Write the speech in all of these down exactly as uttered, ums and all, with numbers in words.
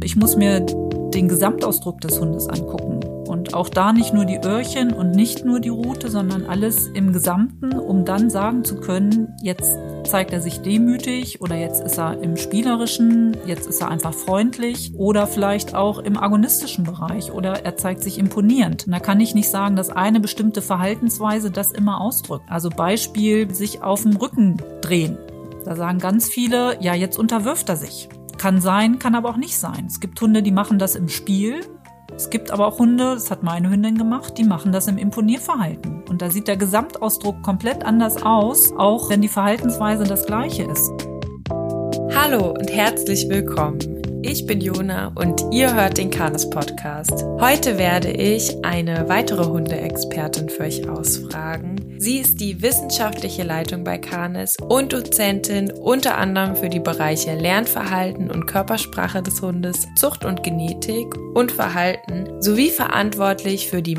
ich muss mir den Gesamtausdruck des Hundes angucken. Und auch da nicht nur die Öhrchen und nicht nur die Rute, sondern alles im Gesamten, um dann sagen zu können, jetzt zeigt er sich demütig oder jetzt ist er im Spielerischen, jetzt ist er einfach freundlich oder vielleicht auch im agonistischen Bereich oder er zeigt sich imponierend. Und da kann ich nicht sagen, dass eine bestimmte Verhaltensweise das immer ausdrückt. Also Beispiel, sich auf dem Rücken drehen. Da sagen ganz viele, ja, jetzt unterwirft er sich. Kann sein, kann aber auch nicht sein. Es gibt Hunde, die machen das im Spiel. Es gibt aber auch Hunde, das hat meine Hündin gemacht, die machen das im Imponierverhalten. Und da sieht der Gesamtausdruck komplett anders aus, auch wenn die Verhaltensweise das gleiche ist. Hallo und herzlich willkommen. Ich bin Jona und ihr hört den Canis Podcast. Heute werde ich eine weitere Hundeexpertin für euch ausfragen. Sie ist die wissenschaftliche Leitung bei Canis und Dozentin unter anderem für die Bereiche Lernverhalten und Körpersprache des Hundes, Zucht und Genetik und Verhalten sowie verantwortlich für die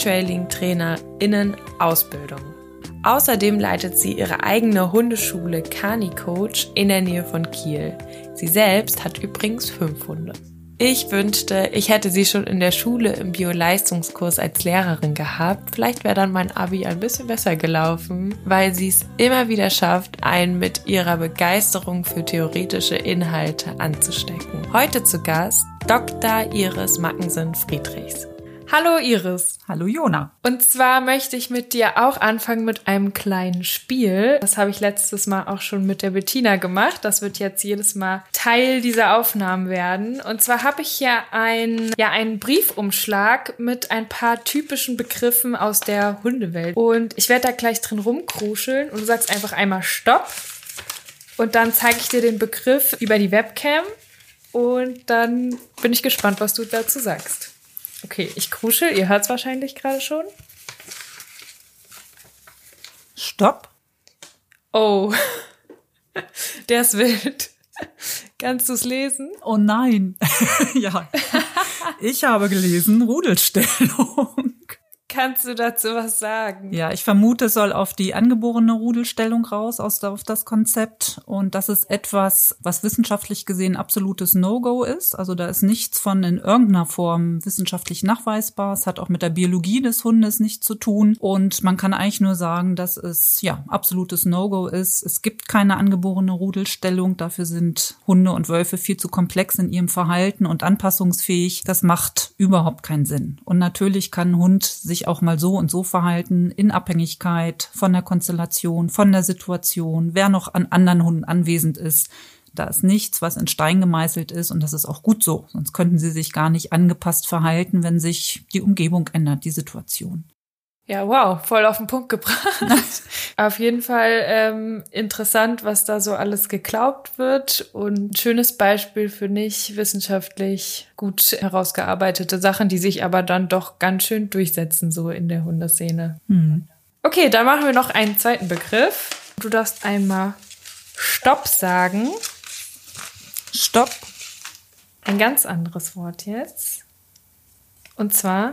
Man-Trailing-TrainerInnen-Ausbildung. Außerdem leitet sie ihre eigene Hundeschule Cani Coach in der Nähe von Kiel. Sie selbst hat übrigens fünf Hunde. Ich wünschte, ich hätte sie schon in der Schule im Bio-Leistungskurs als Lehrerin gehabt. Vielleicht wäre dann mein Abi ein bisschen besser gelaufen, weil sie es immer wieder schafft, einen mit ihrer Begeisterung für theoretische Inhalte anzustecken. Heute zu Gast Doktor Iris Mackensen-Friedrichs. Hallo Iris. Hallo Jona. Und zwar möchte ich mit dir auch anfangen mit einem kleinen Spiel. Das habe ich letztes Mal auch schon mit der Bettina gemacht. Das wird jetzt jedes Mal Teil dieser Aufnahmen werden. Und zwar habe ich hier ein, ja, einen Briefumschlag mit ein paar typischen Begriffen aus der Hundewelt. Und ich werde da gleich drin rumkruscheln und du sagst einfach einmal Stopp. Und dann zeige ich dir den Begriff über die Webcam. Und dann bin ich gespannt, was du dazu sagst. Okay, ich kruschel. Ihr hört es wahrscheinlich gerade schon. Stopp. Oh, der ist wild. Kannst du es lesen? Oh nein. Ja, ich habe gelesen Rudelstellung. Kannst du dazu was sagen? Ja, ich vermute, es soll auf die angeborene Rudelstellung raus, aus, auf das Konzept. Und das ist etwas, was wissenschaftlich gesehen absolutes No-Go ist. Also da ist nichts von in irgendeiner Form wissenschaftlich nachweisbar. Es hat auch mit der Biologie des Hundes nichts zu tun. Und man kann eigentlich nur sagen, dass es ja absolutes No-Go ist. Es gibt keine angeborene Rudelstellung. Dafür sind Hunde und Wölfe viel zu komplex in ihrem Verhalten und anpassungsfähig. Das macht überhaupt keinen Sinn. Und natürlich kann ein Hund sich auch mal so und so verhalten, in Abhängigkeit von der Konstellation, von der Situation, wer noch an anderen Hunden anwesend ist. Da ist nichts, was in Stein gemeißelt ist und das ist auch gut so. Sonst könnten sie sich gar nicht angepasst verhalten, wenn sich die Umgebung ändert, die Situation. Ja, wow, voll auf den Punkt gebracht. Auf jeden Fall ähm, interessant, was da so alles geglaubt wird und ein schönes Beispiel für nicht wissenschaftlich gut herausgearbeitete Sachen, die sich aber dann doch ganz schön durchsetzen, so in der Hundeszene. Hm. Okay, dann machen wir noch einen zweiten Begriff. Du darfst einmal Stopp sagen. Stopp. Ein ganz anderes Wort jetzt. Und zwar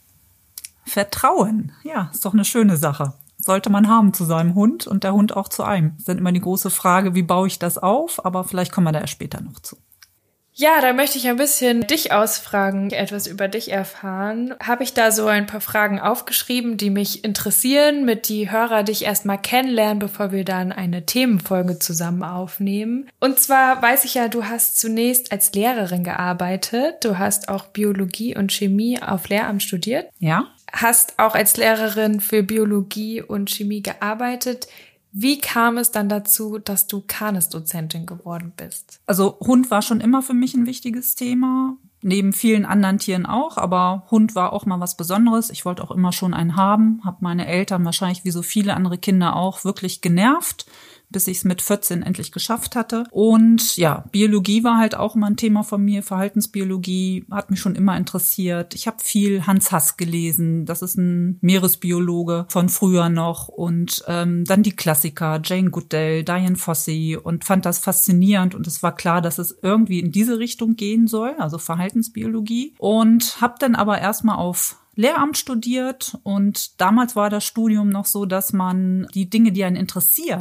Vertrauen. Ja, ist doch eine schöne Sache. Sollte man haben zu seinem Hund und der Hund auch zu einem. Das ist dann immer die große Frage, wie baue ich das auf? Aber vielleicht kommen wir da erst später noch zu. Ja, da möchte ich ein bisschen dich ausfragen, etwas über dich erfahren. Habe ich da so ein paar Fragen aufgeschrieben, die mich interessieren, mit die Hörer dich erstmal kennenlernen, bevor wir dann eine Themenfolge zusammen aufnehmen. Und zwar weiß ich ja, du hast zunächst als Lehrerin gearbeitet. Du hast auch Biologie und Chemie auf Lehramt studiert. Ja. Hast auch als Lehrerin für Biologie und Chemie gearbeitet. Wie kam es dann dazu, dass du Canis-Dozentin geworden bist? Also Hund war schon immer für mich ein wichtiges Thema, neben vielen anderen Tieren auch, aber Hund war auch mal was Besonderes. Ich wollte auch immer schon einen haben, habe meine Eltern wahrscheinlich wie so viele andere Kinder auch wirklich genervt, bis ich es mit vierzehn endlich geschafft hatte. Und ja, Biologie war halt auch immer ein Thema von mir. Verhaltensbiologie hat mich schon immer interessiert. Ich habe viel Hans Hass gelesen. Das ist ein Meeresbiologe von früher noch. Und ähm, dann die Klassiker, Jane Goodall, Dian Fossey und fand das faszinierend. Und es war klar, dass es irgendwie in diese Richtung gehen soll, also Verhaltensbiologie. Und habe dann aber erstmal auf Lehramt studiert. Und damals war das Studium noch so, dass man die Dinge, die einen interessieren,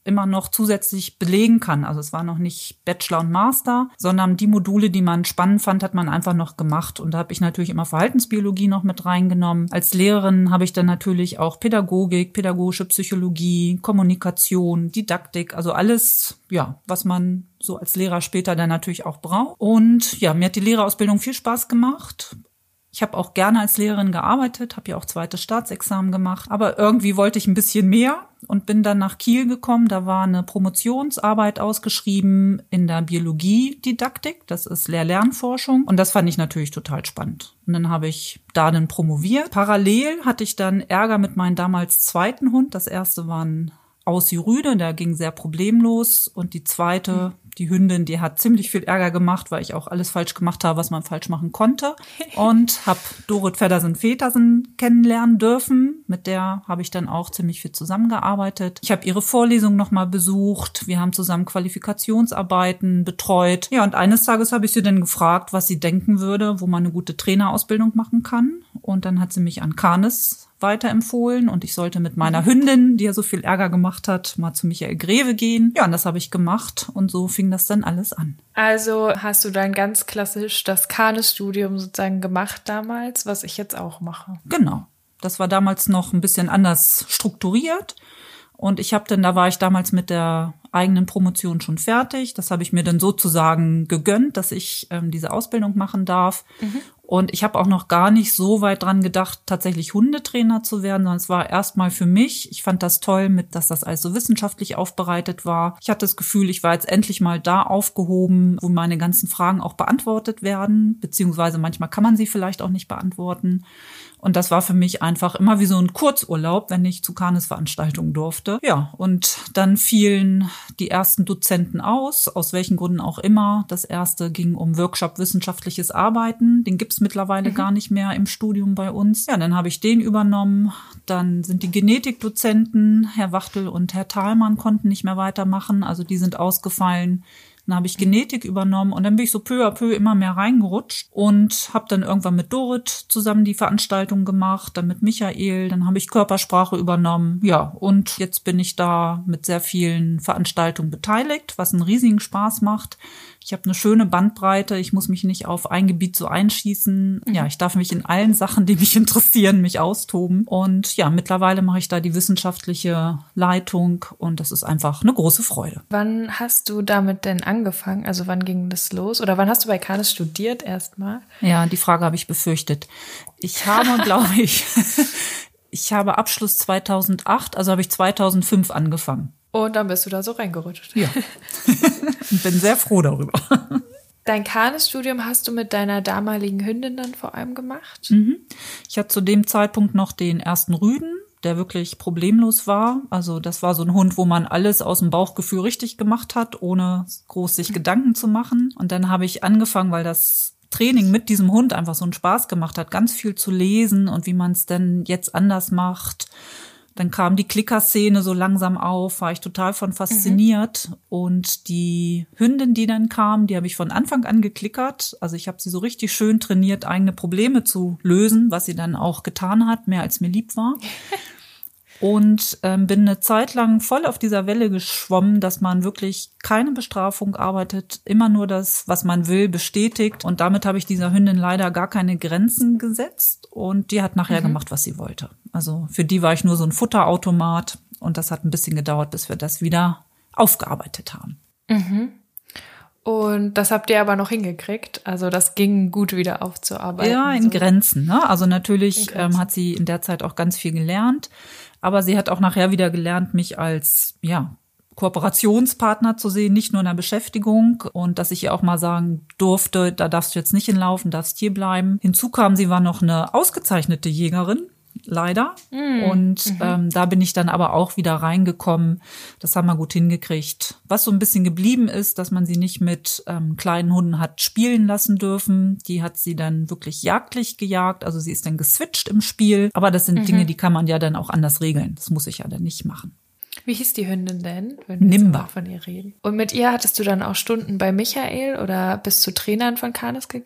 immer noch zusätzlich belegen kann. Also es war noch nicht Bachelor und Master, sondern die Module, die man spannend fand, hat man einfach noch gemacht. Und da habe ich natürlich immer Verhaltensbiologie noch mit reingenommen. Als Lehrerin habe ich dann natürlich auch Pädagogik, pädagogische Psychologie, Kommunikation, Didaktik, also alles, ja, was man so als Lehrer später dann natürlich auch braucht. Und ja, mir hat die Lehrerausbildung viel Spaß gemacht. Ich habe auch gerne als Lehrerin gearbeitet, habe ja auch zweites Staatsexamen gemacht, aber irgendwie wollte ich ein bisschen mehr und bin dann nach Kiel gekommen. Da war eine Promotionsarbeit ausgeschrieben in der Biologiedidaktik, das ist Lehr-Lernforschung, und das fand ich natürlich total spannend. Und dann habe ich da dann promoviert. Parallel hatte ich dann Ärger mit meinem damals zweiten Hund. Das erste war ein Aussie-Rüde, der ging sehr problemlos, und die zweite, die Hündin, die hat ziemlich viel Ärger gemacht, weil ich auch alles falsch gemacht habe, was man falsch machen konnte, und habe Dorit Feddersen-Petersen kennenlernen dürfen. Mit der habe ich dann auch ziemlich viel zusammengearbeitet. Ich habe ihre Vorlesung nochmal besucht, wir haben zusammen Qualifikationsarbeiten betreut. Ja, und eines Tages habe ich sie dann gefragt, was sie denken würde, wo man eine gute Trainerausbildung machen kann, und dann hat sie mich an Canis weiterempfohlen, und ich sollte mit meiner Hündin, die ja so viel Ärger gemacht hat, mal zu Michael Greve gehen. Ja, und das habe ich gemacht, und so fing das dann alles an. Also hast du dann ganz klassisch das Canis-Studium sozusagen gemacht damals, was ich jetzt auch mache. Genau. Das war damals noch ein bisschen anders strukturiert. Und ich habe dann, da war ich damals mit der eigenen Promotion schon fertig. Das habe ich mir dann sozusagen gegönnt, dass ich ähm, diese Ausbildung machen darf. Mhm. Und ich habe auch noch gar nicht so weit dran gedacht, tatsächlich Hundetrainer zu werden, sondern es war erstmal für mich. Ich fand das toll, mit, dass das alles so wissenschaftlich aufbereitet war. Ich hatte das Gefühl, ich war jetzt endlich mal da aufgehoben, wo meine ganzen Fragen auch beantwortet werden, beziehungsweise manchmal kann man sie vielleicht auch nicht beantworten. Und das war für mich einfach immer wie so ein Kurzurlaub, wenn ich zu Canis-Veranstaltungen durfte. Ja, und dann fielen die ersten Dozenten aus, aus welchen Gründen auch immer. Das erste ging um Workshop Wissenschaftliches Arbeiten. Den gibt's mittlerweile mhm. gar nicht mehr im Studium bei uns. Ja, dann habe ich den übernommen. Dann sind die Genetikdozenten, Herr Wachtel und Herr Thalmann, konnten nicht mehr weitermachen. Also die sind ausgefallen. Dann habe ich Genetik übernommen, und dann bin ich so peu à peu immer mehr reingerutscht und habe dann irgendwann mit Dorit zusammen die Veranstaltung gemacht, dann mit Michael, dann habe ich Körpersprache übernommen. Ja, und jetzt bin ich da mit sehr vielen Veranstaltungen beteiligt, was einen riesigen Spaß macht. Ich habe eine schöne Bandbreite, ich muss mich nicht auf ein Gebiet so einschießen. Mhm. Ja, ich darf mich in allen Sachen, die mich interessieren, mich austoben. Und ja, mittlerweile mache ich da die wissenschaftliche Leitung, und das ist einfach eine große Freude. Wann hast du damit denn angefangen? Also wann ging das los? Oder wann hast du bei Canis studiert erstmal? Ja, die Frage habe ich befürchtet. Ich habe, glaube ich, ich habe Abschluss zweitausendacht, also habe ich zweitausendfünf angefangen. Und dann bist du da so reingerutscht. Ja, und bin sehr froh darüber. Dein Canis-Studium hast du mit deiner damaligen Hündin dann vor allem gemacht? Mhm. Ich hatte zu dem Zeitpunkt noch den ersten Rüden, der wirklich problemlos war. Also das war so ein Hund, wo man alles aus dem Bauchgefühl richtig gemacht hat, ohne groß sich Gedanken zu machen. Und dann habe ich angefangen, weil das Training mit diesem Hund einfach so einen Spaß gemacht hat, ganz viel zu lesen und wie man es denn jetzt anders macht. Dann kam die Klicker-Szene so langsam auf, war ich total von fasziniert. Mhm. Und die Hündin, die dann kam, die habe ich von Anfang an geklickert. Also ich habe sie so richtig schön trainiert, eigene Probleme zu lösen, was sie dann auch getan hat, mehr als mir lieb war. Und ähm, bin eine Zeit lang voll auf dieser Welle geschwommen, dass man wirklich keine Bestrafung arbeitet, immer nur das, was man will, bestätigt. Und damit habe ich dieser Hündin leider gar keine Grenzen gesetzt. Und die hat nachher mhm. gemacht, was sie wollte. Also für die war ich nur so ein Futterautomat. Und das hat ein bisschen gedauert, bis wir das wieder aufgearbeitet haben. Mhm. Und das habt ihr aber noch hingekriegt? Also das ging gut wieder aufzuarbeiten? Ja, in so. Grenzen. Ne? Also natürlich Grenzen. Ähm, hat sie in der Zeit auch ganz viel gelernt. Aber sie hat auch nachher wieder gelernt, mich als ja Kooperationspartner zu sehen, nicht nur in der Beschäftigung. Und dass ich ihr auch mal sagen durfte, da darfst du jetzt nicht hinlaufen, darfst hier bleiben. Hinzu kam, sie war noch eine ausgezeichnete Jägerin. Leider. Mm, und mhm. ähm, da bin ich dann aber auch wieder reingekommen. Das haben wir gut hingekriegt. Was so ein bisschen geblieben ist, dass man sie nicht mit ähm, kleinen Hunden hat spielen lassen dürfen. Die hat sie dann wirklich jagdlich gejagt. Also sie ist dann geswitcht im Spiel. Aber das sind mhm. Dinge, die kann man ja dann auch anders regeln. Das muss ich ja dann nicht machen. Wie hieß die Hündin denn, wenn wir Nimba. Jetzt von ihr reden? Und mit ihr hattest du dann auch Stunden bei Michael oder bist zu Trainern von Canis gegangen?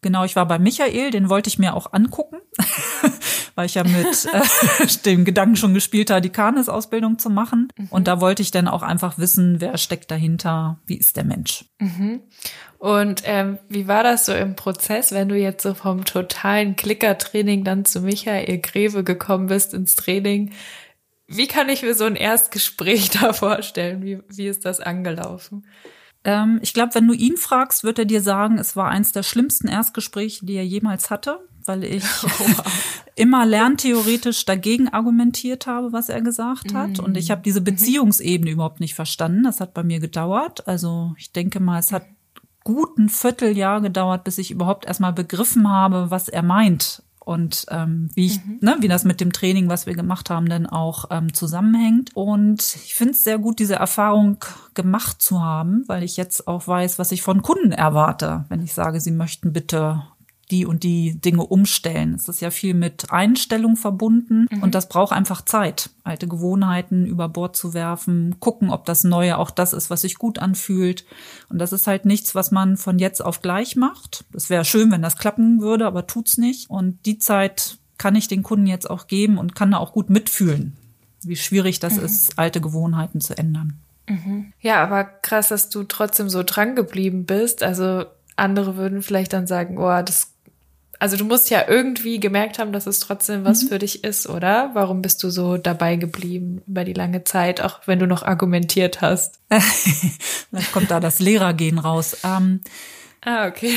Genau, ich war bei Michael, den wollte ich mir auch angucken, weil ich ja mit äh, dem Gedanken schon gespielt habe, die Kanis-Ausbildung zu machen. Mhm. Und da wollte ich dann auch einfach wissen, wer steckt dahinter, wie ist der Mensch. Mhm. Und ähm, wie war das so im Prozess, wenn du jetzt so vom totalen Klicker-Training dann zu Michael Greve gekommen bist ins Training? Wie kann ich mir so ein Erstgespräch da vorstellen? Wie, wie ist das angelaufen? Ähm, ich glaube, wenn du ihn fragst, wird er dir sagen, es war eins der schlimmsten Erstgespräche, die er jemals hatte, weil ich oh, wow. immer lerntheoretisch dagegen argumentiert habe, was er gesagt hat. Mm. Und ich habe diese Beziehungsebene mm. überhaupt nicht verstanden. Das hat bei mir gedauert. Also ich denke mal, es hat gut ein Vierteljahr gedauert, bis ich überhaupt erstmal begriffen habe, was er meint. Und ähm, wie ich, mhm. ne, wie das mit dem Training, was wir gemacht haben, dann auch ähm, zusammenhängt. Und ich finde es sehr gut, diese Erfahrung gemacht zu haben, weil ich jetzt auch weiß, was ich von Kunden erwarte, wenn ich sage, sie möchten bitte die und die Dinge umstellen. Es ist ja viel mit Einstellung verbunden mhm. und das braucht einfach Zeit, alte Gewohnheiten über Bord zu werfen, gucken, ob das Neue auch das ist, was sich gut anfühlt. Und das ist halt nichts, was man von jetzt auf gleich macht. Das wäre schön, wenn das klappen würde, aber tut's nicht. Und die Zeit kann ich den Kunden jetzt auch geben und kann da auch gut mitfühlen, wie schwierig das mhm. ist, alte Gewohnheiten zu ändern. Mhm. Ja, aber krass, dass du trotzdem so dran geblieben bist. Also andere würden vielleicht dann sagen, oh, das Also du musst ja irgendwie gemerkt haben, dass es trotzdem was mhm. für dich ist, oder? Warum bist du so dabei geblieben über die lange Zeit, auch wenn du noch argumentiert hast? Vielleicht kommt da das Lehrergehen raus. Ähm, ah, okay.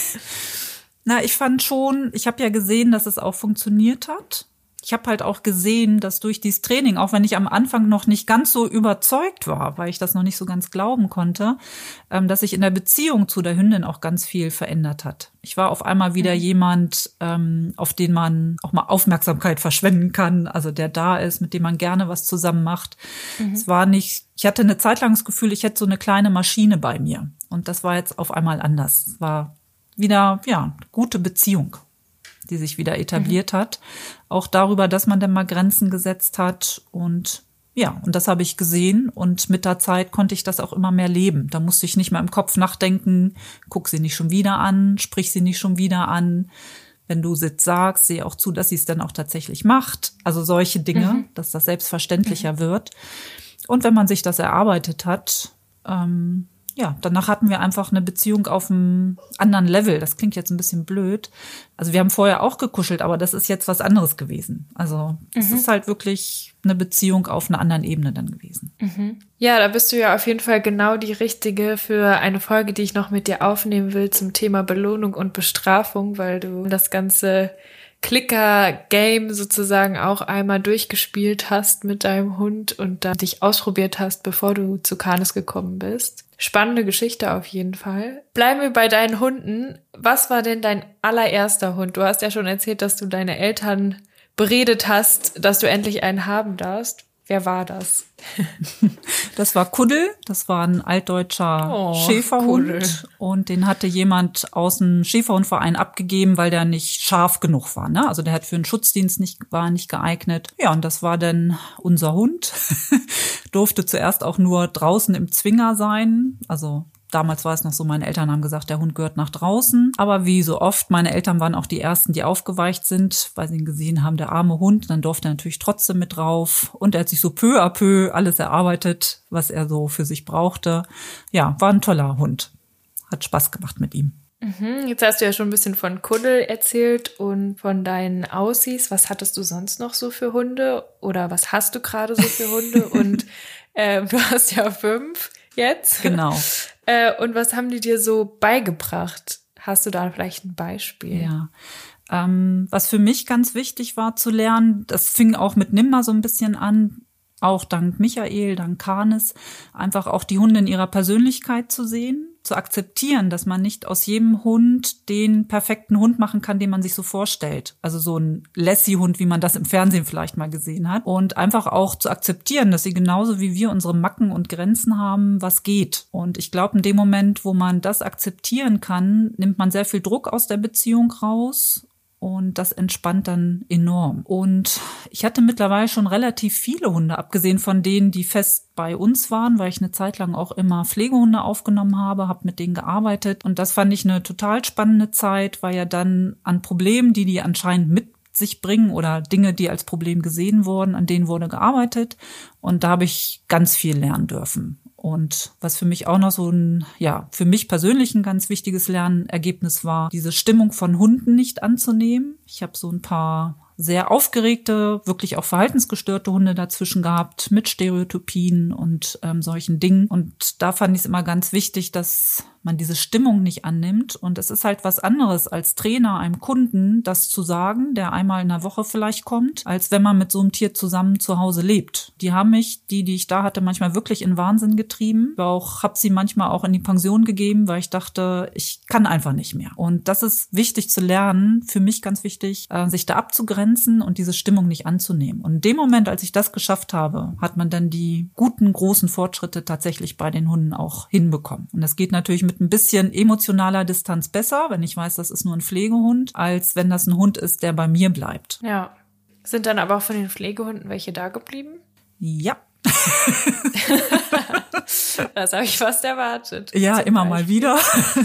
Na, ich fand schon, ich habe ja gesehen, dass es auch funktioniert hat. Ich habe halt auch gesehen, dass durch dieses Training, auch wenn ich am Anfang noch nicht ganz so überzeugt war, weil ich das noch nicht so ganz glauben konnte, ähm, dass sich in der Beziehung zu der Hündin auch ganz viel verändert hat. Ich war auf einmal wieder mhm. jemand, ähm, auf den man auch mal Aufmerksamkeit verschwenden kann, also der da ist, mit dem man gerne was zusammen macht. Mhm. Es war nicht, ich hatte eine Zeit lang das Gefühl, ich hätte so eine kleine Maschine bei mir. Und das war jetzt auf einmal anders. Es war wieder, ja, gute Beziehung, die sich wieder etabliert mhm. hat. Auch darüber, dass man dann mal Grenzen gesetzt hat. Und ja, und das habe ich gesehen. Und mit der Zeit konnte ich das auch immer mehr leben. Da musste ich nicht mehr im Kopf nachdenken, guck sie nicht schon wieder an, sprich sie nicht schon wieder an. Wenn du Sitz sagst, sehe auch zu, dass sie es dann auch tatsächlich macht. Also solche Dinge, mhm. dass das selbstverständlicher mhm. wird. Und wenn man sich das erarbeitet hat, ähm, ja, danach hatten wir einfach eine Beziehung auf einem anderen Level. Das klingt jetzt ein bisschen blöd. Also wir haben vorher auch gekuschelt, aber das ist jetzt was anderes gewesen. Also es mhm. ist halt wirklich eine Beziehung auf einer anderen Ebene dann gewesen. Mhm. Ja, da bist du ja auf jeden Fall genau die Richtige für eine Folge, die ich noch mit dir aufnehmen will zum Thema Belohnung und Bestrafung, weil du das ganze Clicker-Game sozusagen auch einmal durchgespielt hast mit deinem Hund und dann dich ausprobiert hast, bevor du zu Canis gekommen bist. Spannende Geschichte auf jeden Fall. Bleiben wir bei deinen Hunden. Was war denn dein allererster Hund? Du hast ja schon erzählt, dass du deine Eltern beredet hast, dass du endlich einen haben darfst. Wer war das? Das war Kuddel. Das war ein altdeutscher oh, Schäferhund. Kuddel. Und den hatte jemand aus dem Schäferhundverein abgegeben, weil der nicht scharf genug war. Ne? Also der hat für einen Schutzdienst nicht, war nicht geeignet. Ja, und das war dann unser Hund. Durfte zuerst auch nur draußen im Zwinger sein. Also damals war es noch so, meine Eltern haben gesagt, der Hund gehört nach draußen. Aber wie so oft, meine Eltern waren auch die Ersten, die aufgeweicht sind, weil sie ihn gesehen haben, der arme Hund. Dann durfte er natürlich trotzdem mit drauf. Und er hat sich so peu à peu alles erarbeitet, was er so für sich brauchte. Ja, war ein toller Hund. Hat Spaß gemacht mit ihm. Mhm, jetzt hast du ja schon ein bisschen von Kuddel erzählt und von deinen Aussies. Was hattest du sonst noch so für Hunde? Oder was hast du gerade so für Hunde? Und äh, du hast ja fünf jetzt. Genau. Äh, und was haben die dir so beigebracht? Hast du da vielleicht ein Beispiel? Ja, ähm, was für mich ganz wichtig war zu lernen, das fing auch mit Nimmer so ein bisschen an, auch dank Michael, dank Canis, einfach auch die Hunde in ihrer Persönlichkeit zu sehen, zu akzeptieren, dass man nicht aus jedem Hund den perfekten Hund machen kann, den man sich so vorstellt. Also so ein Lassie-Hund, wie man das im Fernsehen vielleicht mal gesehen hat. Und einfach auch zu akzeptieren, dass sie genauso wie wir unsere Macken und Grenzen haben, was geht. Und ich glaube, in dem Moment, wo man das akzeptieren kann, nimmt man sehr viel Druck aus der Beziehung raus. und das entspannt dann enorm. Und ich hatte mittlerweile schon relativ viele Hunde, abgesehen von denen, die fest bei uns waren, weil ich eine Zeit lang auch immer Pflegehunde aufgenommen habe, habe mit denen gearbeitet. Und das fand ich eine total spannende Zeit, weil ja dann an Problemen, die die anscheinend mit sich bringen oder Dinge, die als Problem gesehen wurden, an denen wurde gearbeitet. Und da habe ich ganz viel lernen dürfen. Und was für mich auch noch so ein, ja, für mich persönlich ein ganz wichtiges Lernergebnis war, diese Stimmung von Hunden nicht anzunehmen. Ich habe so ein paar sehr aufgeregte, wirklich auch verhaltensgestörte Hunde dazwischen gehabt mit Stereotypien und ähm, solchen Dingen. Und da fand ich es immer ganz wichtig, dass man diese Stimmung nicht annimmt. Und es ist halt was anderes als Trainer einem Kunden, das zu sagen, der einmal in der Woche vielleicht kommt, als wenn man mit so einem Tier zusammen zu Hause lebt. Die haben mich, die, die ich da hatte, manchmal wirklich in Wahnsinn getrieben. Ich auch, habe sie manchmal auch in die Pension gegeben, weil ich dachte, ich kann einfach nicht mehr. Und das ist wichtig zu lernen, für mich ganz wichtig, äh, sich da abzugrenzen und diese Stimmung nicht anzunehmen. Und in dem Moment, als ich das geschafft habe, hat man dann die guten, großen Fortschritte tatsächlich bei den Hunden auch hinbekommen. Und das geht natürlich mit ein bisschen emotionaler Distanz besser, wenn ich weiß, das ist nur ein Pflegehund, als wenn das ein Hund ist, der bei mir bleibt. Ja. Sind dann aber auch von den Pflegehunden welche da geblieben? Ja. Das habe ich fast erwartet. Ja, immer mal wieder.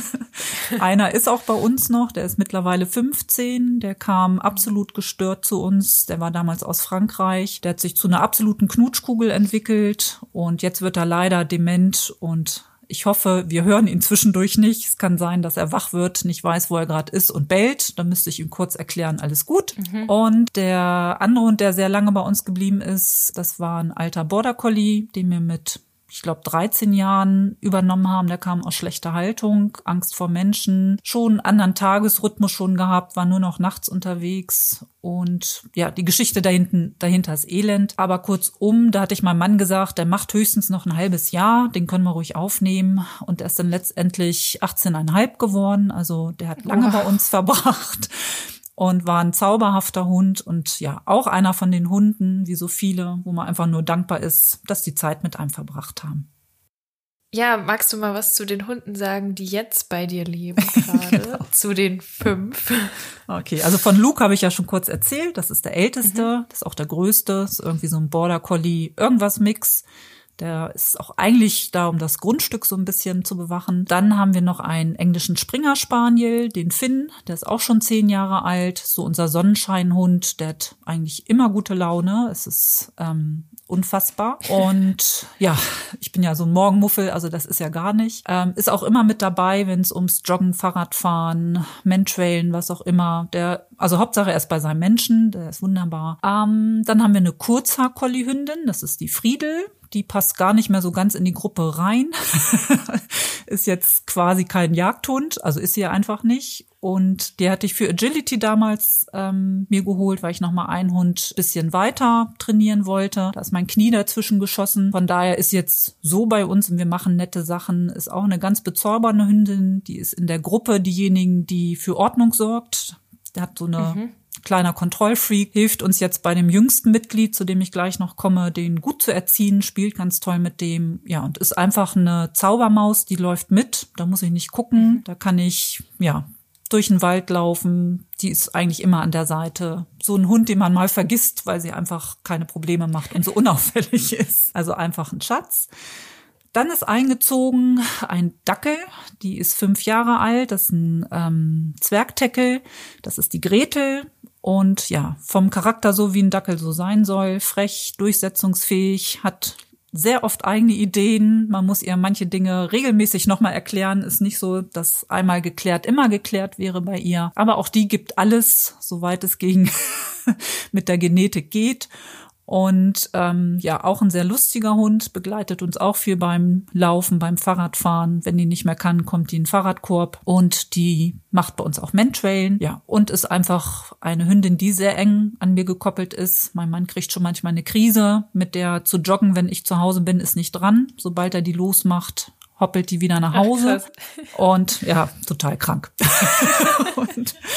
Einer ist auch bei uns noch, der ist mittlerweile fünfzehn, der kam absolut gestört zu uns, der war damals aus Frankreich, der hat sich zu einer absoluten Knutschkugel entwickelt und jetzt wird er leider dement und ich hoffe, wir hören ihn zwischendurch nicht. Es kann sein, dass er wach wird, nicht weiß, wo er gerade ist und bellt. Dann müsste ich ihm kurz erklären, alles gut. Mhm. Und der andere Hund, der sehr lange bei uns geblieben ist, das war ein alter Border Collie, den wir mit, ich glaube, dreizehn Jahren übernommen haben. Der kam aus schlechter Haltung, Angst vor Menschen, schon einen anderen Tagesrhythmus schon gehabt, war nur noch nachts unterwegs. Und ja, die Geschichte dahinten, dahinter ist elend. Aber kurzum, da hatte ich meinem Mann gesagt, der macht höchstens noch ein halbes Jahr, den können wir ruhig aufnehmen. Und er ist dann letztendlich achtzehn Komma fünf geworden. Also der hat lange oh. bei uns verbracht. Und war ein zauberhafter Hund und ja, auch einer von den Hunden, wie so viele, wo man einfach nur dankbar ist, dass die Zeit mit einem verbracht haben. Ja, magst du mal was zu den Hunden sagen, die jetzt bei dir leben gerade? Genau. Zu den fünf. Okay, also von Luke habe ich ja schon kurz erzählt. Das ist der älteste, mhm. das ist auch der größte. Das ist irgendwie so ein Border Collie, irgendwas Mix. Der ist auch eigentlich da, um das Grundstück so ein bisschen zu bewachen. Dann haben wir noch einen englischen Springer Spaniel, den Finn. Der ist auch schon zehn Jahre alt. So unser Sonnenscheinhund. Der hat eigentlich immer gute Laune. Es ist ähm, unfassbar. Und ja, ich bin ja so ein Morgenmuffel, also das ist ja gar nicht. Ähm, ist auch immer mit dabei, wenn es ums Joggen, Fahrradfahren, Mentrailen, was auch immer. Der, also Hauptsache er ist bei seinem Menschen. Der ist wunderbar. Ähm, dann haben wir eine Kurzhaar-Collie-Hündin. Das ist die Friedel. Die passt gar nicht mehr so ganz in die Gruppe rein. Ist jetzt quasi kein Jagdhund, also ist sie ja einfach nicht. Und die hatte ich für Agility damals ähm, mir geholt, weil ich noch mal einen Hund bisschen weiter trainieren wollte. Da ist mein Knie dazwischen geschossen. Von daher ist jetzt so bei uns und wir machen nette Sachen. Ist auch eine ganz bezaubernde Hündin. Die ist in der Gruppe diejenigen, die für Ordnung sorgt. Der hat so eine mhm. kleiner Kontrollfreak, hilft uns jetzt bei dem jüngsten Mitglied, zu dem ich gleich noch komme, den gut zu erziehen, spielt ganz toll mit dem, ja, und ist einfach eine Zaubermaus, die läuft mit, da muss ich nicht gucken, mhm. da kann ich, ja, durch den Wald laufen, die ist eigentlich immer an der Seite. So ein Hund, den man mal vergisst, weil sie einfach keine Probleme macht und so unauffällig ist. Also einfach ein Schatz. Dann ist eingezogen ein Dackel, die ist fünf Jahre alt, das ist ein ähm, Zwergteckel, das ist die Gretel und ja, vom Charakter so wie ein Dackel so sein soll, frech, durchsetzungsfähig, hat sehr oft eigene Ideen, man muss ihr manche Dinge regelmäßig nochmal erklären, ist nicht so, dass einmal geklärt, immer geklärt wäre bei ihr, aber auch die gibt alles, soweit es gegen mit der Genetik geht. Und ähm, ja, auch ein sehr lustiger Hund, begleitet uns auch viel beim Laufen, beim Fahrradfahren. Wenn die nicht mehr kann, kommt die in den Fahrradkorb und die macht bei uns auch Mentrailen. Ja, und ist einfach eine Hündin, die sehr eng an mir gekoppelt ist. Mein Mann kriegt schon manchmal eine Krise, mit der zu joggen, wenn ich zu Hause bin, ist nicht dran. Sobald er die losmacht, hoppelt die wieder nach Hause. Ach, und ja, total krank. Und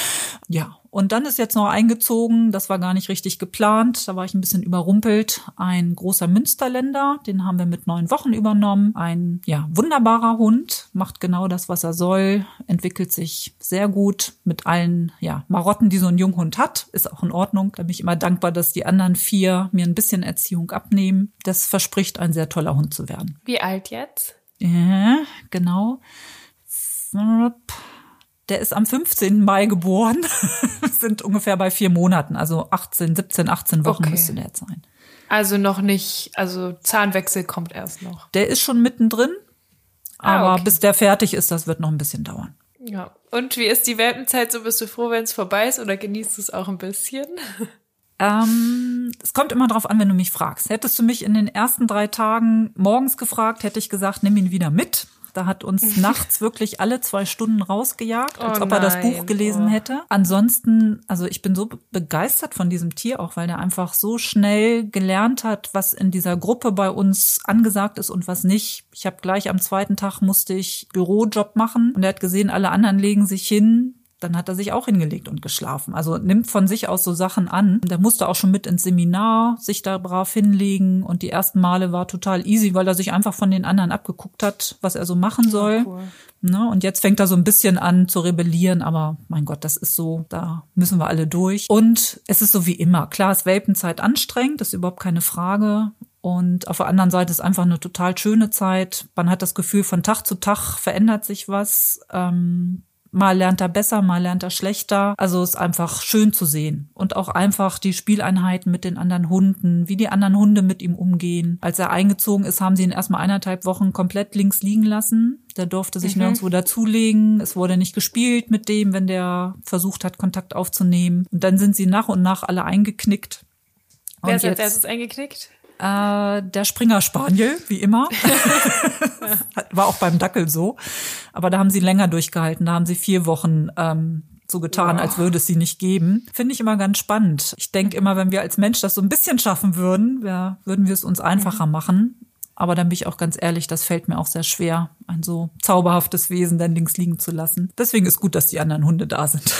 Ja, und dann ist jetzt noch eingezogen, das war gar nicht richtig geplant, da war ich ein bisschen überrumpelt, ein großer Münsterländer, den haben wir mit neun Wochen übernommen. Ein ja wunderbarer Hund, macht genau das, was er soll, entwickelt sich sehr gut mit allen ja Marotten, die so ein Junghund hat, ist auch in Ordnung. Da bin ich immer dankbar, dass die anderen vier mir ein bisschen Erziehung abnehmen. Das verspricht, ein sehr toller Hund zu werden. Wie alt jetzt? Ja, genau. Der ist am fünfzehnten Mai geboren. Wir sind ungefähr bei vier Monaten, also achtzehn, siebzehn, achtzehn Wochen okay. müsste der jetzt sein. Also noch nicht, also Zahnwechsel kommt erst noch. Der ist schon mittendrin, aber ah, okay. bis der fertig ist, das wird noch ein bisschen dauern. Ja. Und wie ist die Welpenzeit? So bist du froh, wenn es vorbei ist, oder genießt du es auch ein bisschen? Ähm, es kommt immer drauf an, wenn du mich fragst. Hättest du mich in den ersten drei Tagen morgens gefragt, hätte ich gesagt, nimm ihn wieder mit. Da hat uns nachts wirklich alle zwei Stunden rausgejagt, als oh ob er nein, das Buch gelesen oh. hätte. Ansonsten, also ich bin so begeistert von diesem Tier auch, weil der einfach so schnell gelernt hat, was in dieser Gruppe bei uns angesagt ist und was nicht. Ich habe gleich am zweiten Tag musste ich Bürojob machen und er hat gesehen, alle anderen legen sich hin. Dann hat er sich auch hingelegt und geschlafen. Also nimmt von sich aus so Sachen an. Der musste auch schon mit ins Seminar sich da brav hinlegen. Und die ersten Male war total easy, weil er sich einfach von den anderen abgeguckt hat, was er so machen soll. Ja, cool. Ne? Und jetzt fängt er so ein bisschen an zu rebellieren. Aber mein Gott, das ist so, da müssen wir alle durch. Und es ist so wie immer. Klar ist Welpenzeit anstrengend, das ist überhaupt keine Frage. Und auf der anderen Seite ist einfach eine total schöne Zeit. Man hat das Gefühl, von Tag zu Tag verändert sich was. Ähm, Mal lernt er besser, mal lernt er schlechter. Also ist einfach schön zu sehen. Und auch einfach die Spieleinheiten mit den anderen Hunden, wie die anderen Hunde mit ihm umgehen. Als er eingezogen ist, haben sie ihn erstmal eineinhalb Wochen komplett links liegen lassen. Der durfte sich mhm. nirgendwo dazulegen. Es wurde nicht gespielt mit dem, wenn der versucht hat, Kontakt aufzunehmen. Und dann sind sie nach und nach alle eingeknickt. Wer ist als erstes eingeknickt? Äh, der Springer Spaniel, wie immer. War auch beim Dackel so. Aber da haben sie länger durchgehalten. Da haben sie vier Wochen ähm, so getan, wow. als würde es sie nicht geben. Finde ich immer ganz spannend. Ich denke immer, wenn wir als Mensch das so ein bisschen schaffen würden, ja, würden wir es uns einfacher mhm. machen. Aber dann bin ich auch ganz ehrlich, das fällt mir auch sehr schwer, ein so zauberhaftes Wesen dann links liegen zu lassen. Deswegen ist gut, dass die anderen Hunde da sind.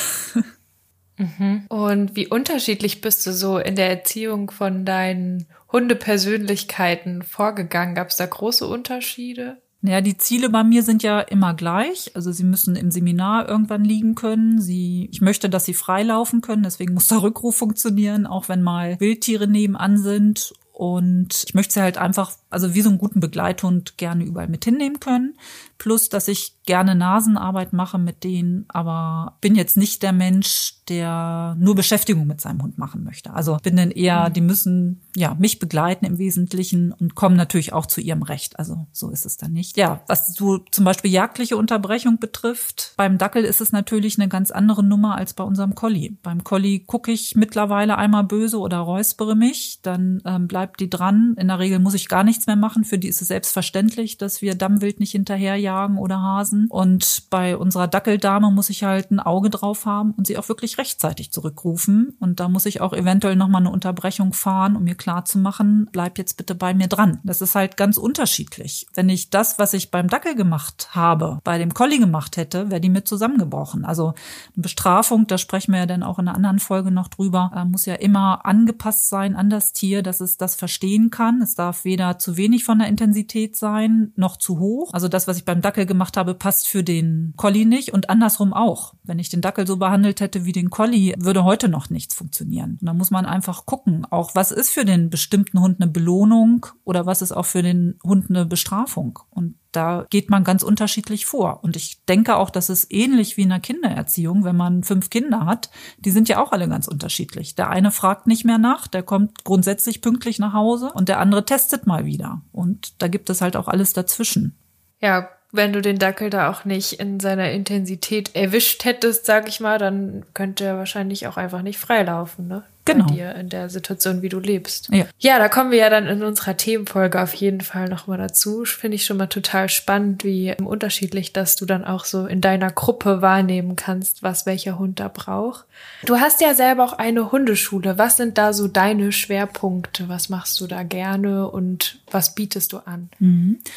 Mhm. Und wie unterschiedlich bist du so in der Erziehung von deinen Hundepersönlichkeiten vorgegangen? Gab es da große Unterschiede? Naja, die Ziele bei mir sind ja immer gleich. Also sie müssen im Seminar irgendwann liegen können. Sie, ich möchte, dass sie frei laufen können. Deswegen muss der Rückruf funktionieren, auch wenn mal Wildtiere nebenan sind. Und ich möchte sie halt einfach, also wie so einen guten Begleithund, gerne überall mit hinnehmen können. Plus, dass ich gerne Nasenarbeit mache mit denen, aber bin jetzt nicht der Mensch, der nur Beschäftigung mit seinem Hund machen möchte. Also bin dann eher, die müssen ja mich begleiten im Wesentlichen und kommen natürlich auch zu ihrem Recht. Also so ist es dann nicht. Ja, was so zum Beispiel jagdliche Unterbrechung betrifft, beim Dackel ist es natürlich eine ganz andere Nummer als bei unserem Collie. Beim Collie gucke ich mittlerweile einmal böse oder räuspere mich, dann ähm, bleibt die dran. In der Regel muss ich gar nichts mehr machen. Für die ist es selbstverständlich, dass wir Dammwild nicht hinterherjagen oder Hasen. Und bei unserer Dackeldame muss ich halt ein Auge drauf haben und sie auch wirklich rechtzeitig zurückrufen. Und da muss ich auch eventuell nochmal eine Unterbrechung fahren, um mir klarzumachen, bleib jetzt bitte bei mir dran. Das ist halt ganz unterschiedlich. Wenn ich das, was ich beim Dackel gemacht habe, bei dem Collie gemacht hätte, wäre die mit zusammengebrochen. Also eine Bestrafung, da sprechen wir ja dann auch in einer anderen Folge noch drüber, äh, muss ja immer angepasst sein an das Tier, dass es das verstehen kann. Es darf weder zu wenig von der Intensität sein, noch zu hoch. Also das, was ich beim Dackel gemacht habe, passt für den Collie nicht und andersrum auch. Wenn ich den Dackel so behandelt hätte wie den Collie, würde heute noch nichts funktionieren. Und da muss man einfach gucken, auch was ist für den bestimmten Hund eine Belohnung oder was ist auch für den Hund eine Bestrafung. Und da geht man ganz unterschiedlich vor. Und ich denke auch, das ist ähnlich wie in der Kindererziehung, wenn man fünf Kinder hat. Die sind ja auch alle ganz unterschiedlich. Der eine fragt nicht mehr nach, der kommt grundsätzlich pünktlich nach Hause und der andere testet mal wieder. Und da gibt es halt auch alles dazwischen. Ja, wenn du den Dackel da auch nicht in seiner Intensität erwischt hättest, sag ich mal, dann könnte er wahrscheinlich auch einfach nicht freilaufen, ne? Genau. Bei dir in der Situation, wie du lebst. Ja. Ja, da kommen wir ja dann in unserer Themenfolge auf jeden Fall nochmal dazu. Finde ich schon mal total spannend, wie unterschiedlich, dass du dann auch so in deiner Gruppe wahrnehmen kannst, was welcher Hund da braucht. Du hast ja selber auch eine Hundeschule. Was sind da so deine Schwerpunkte? Was machst du da gerne und was bietest du an? Mhm.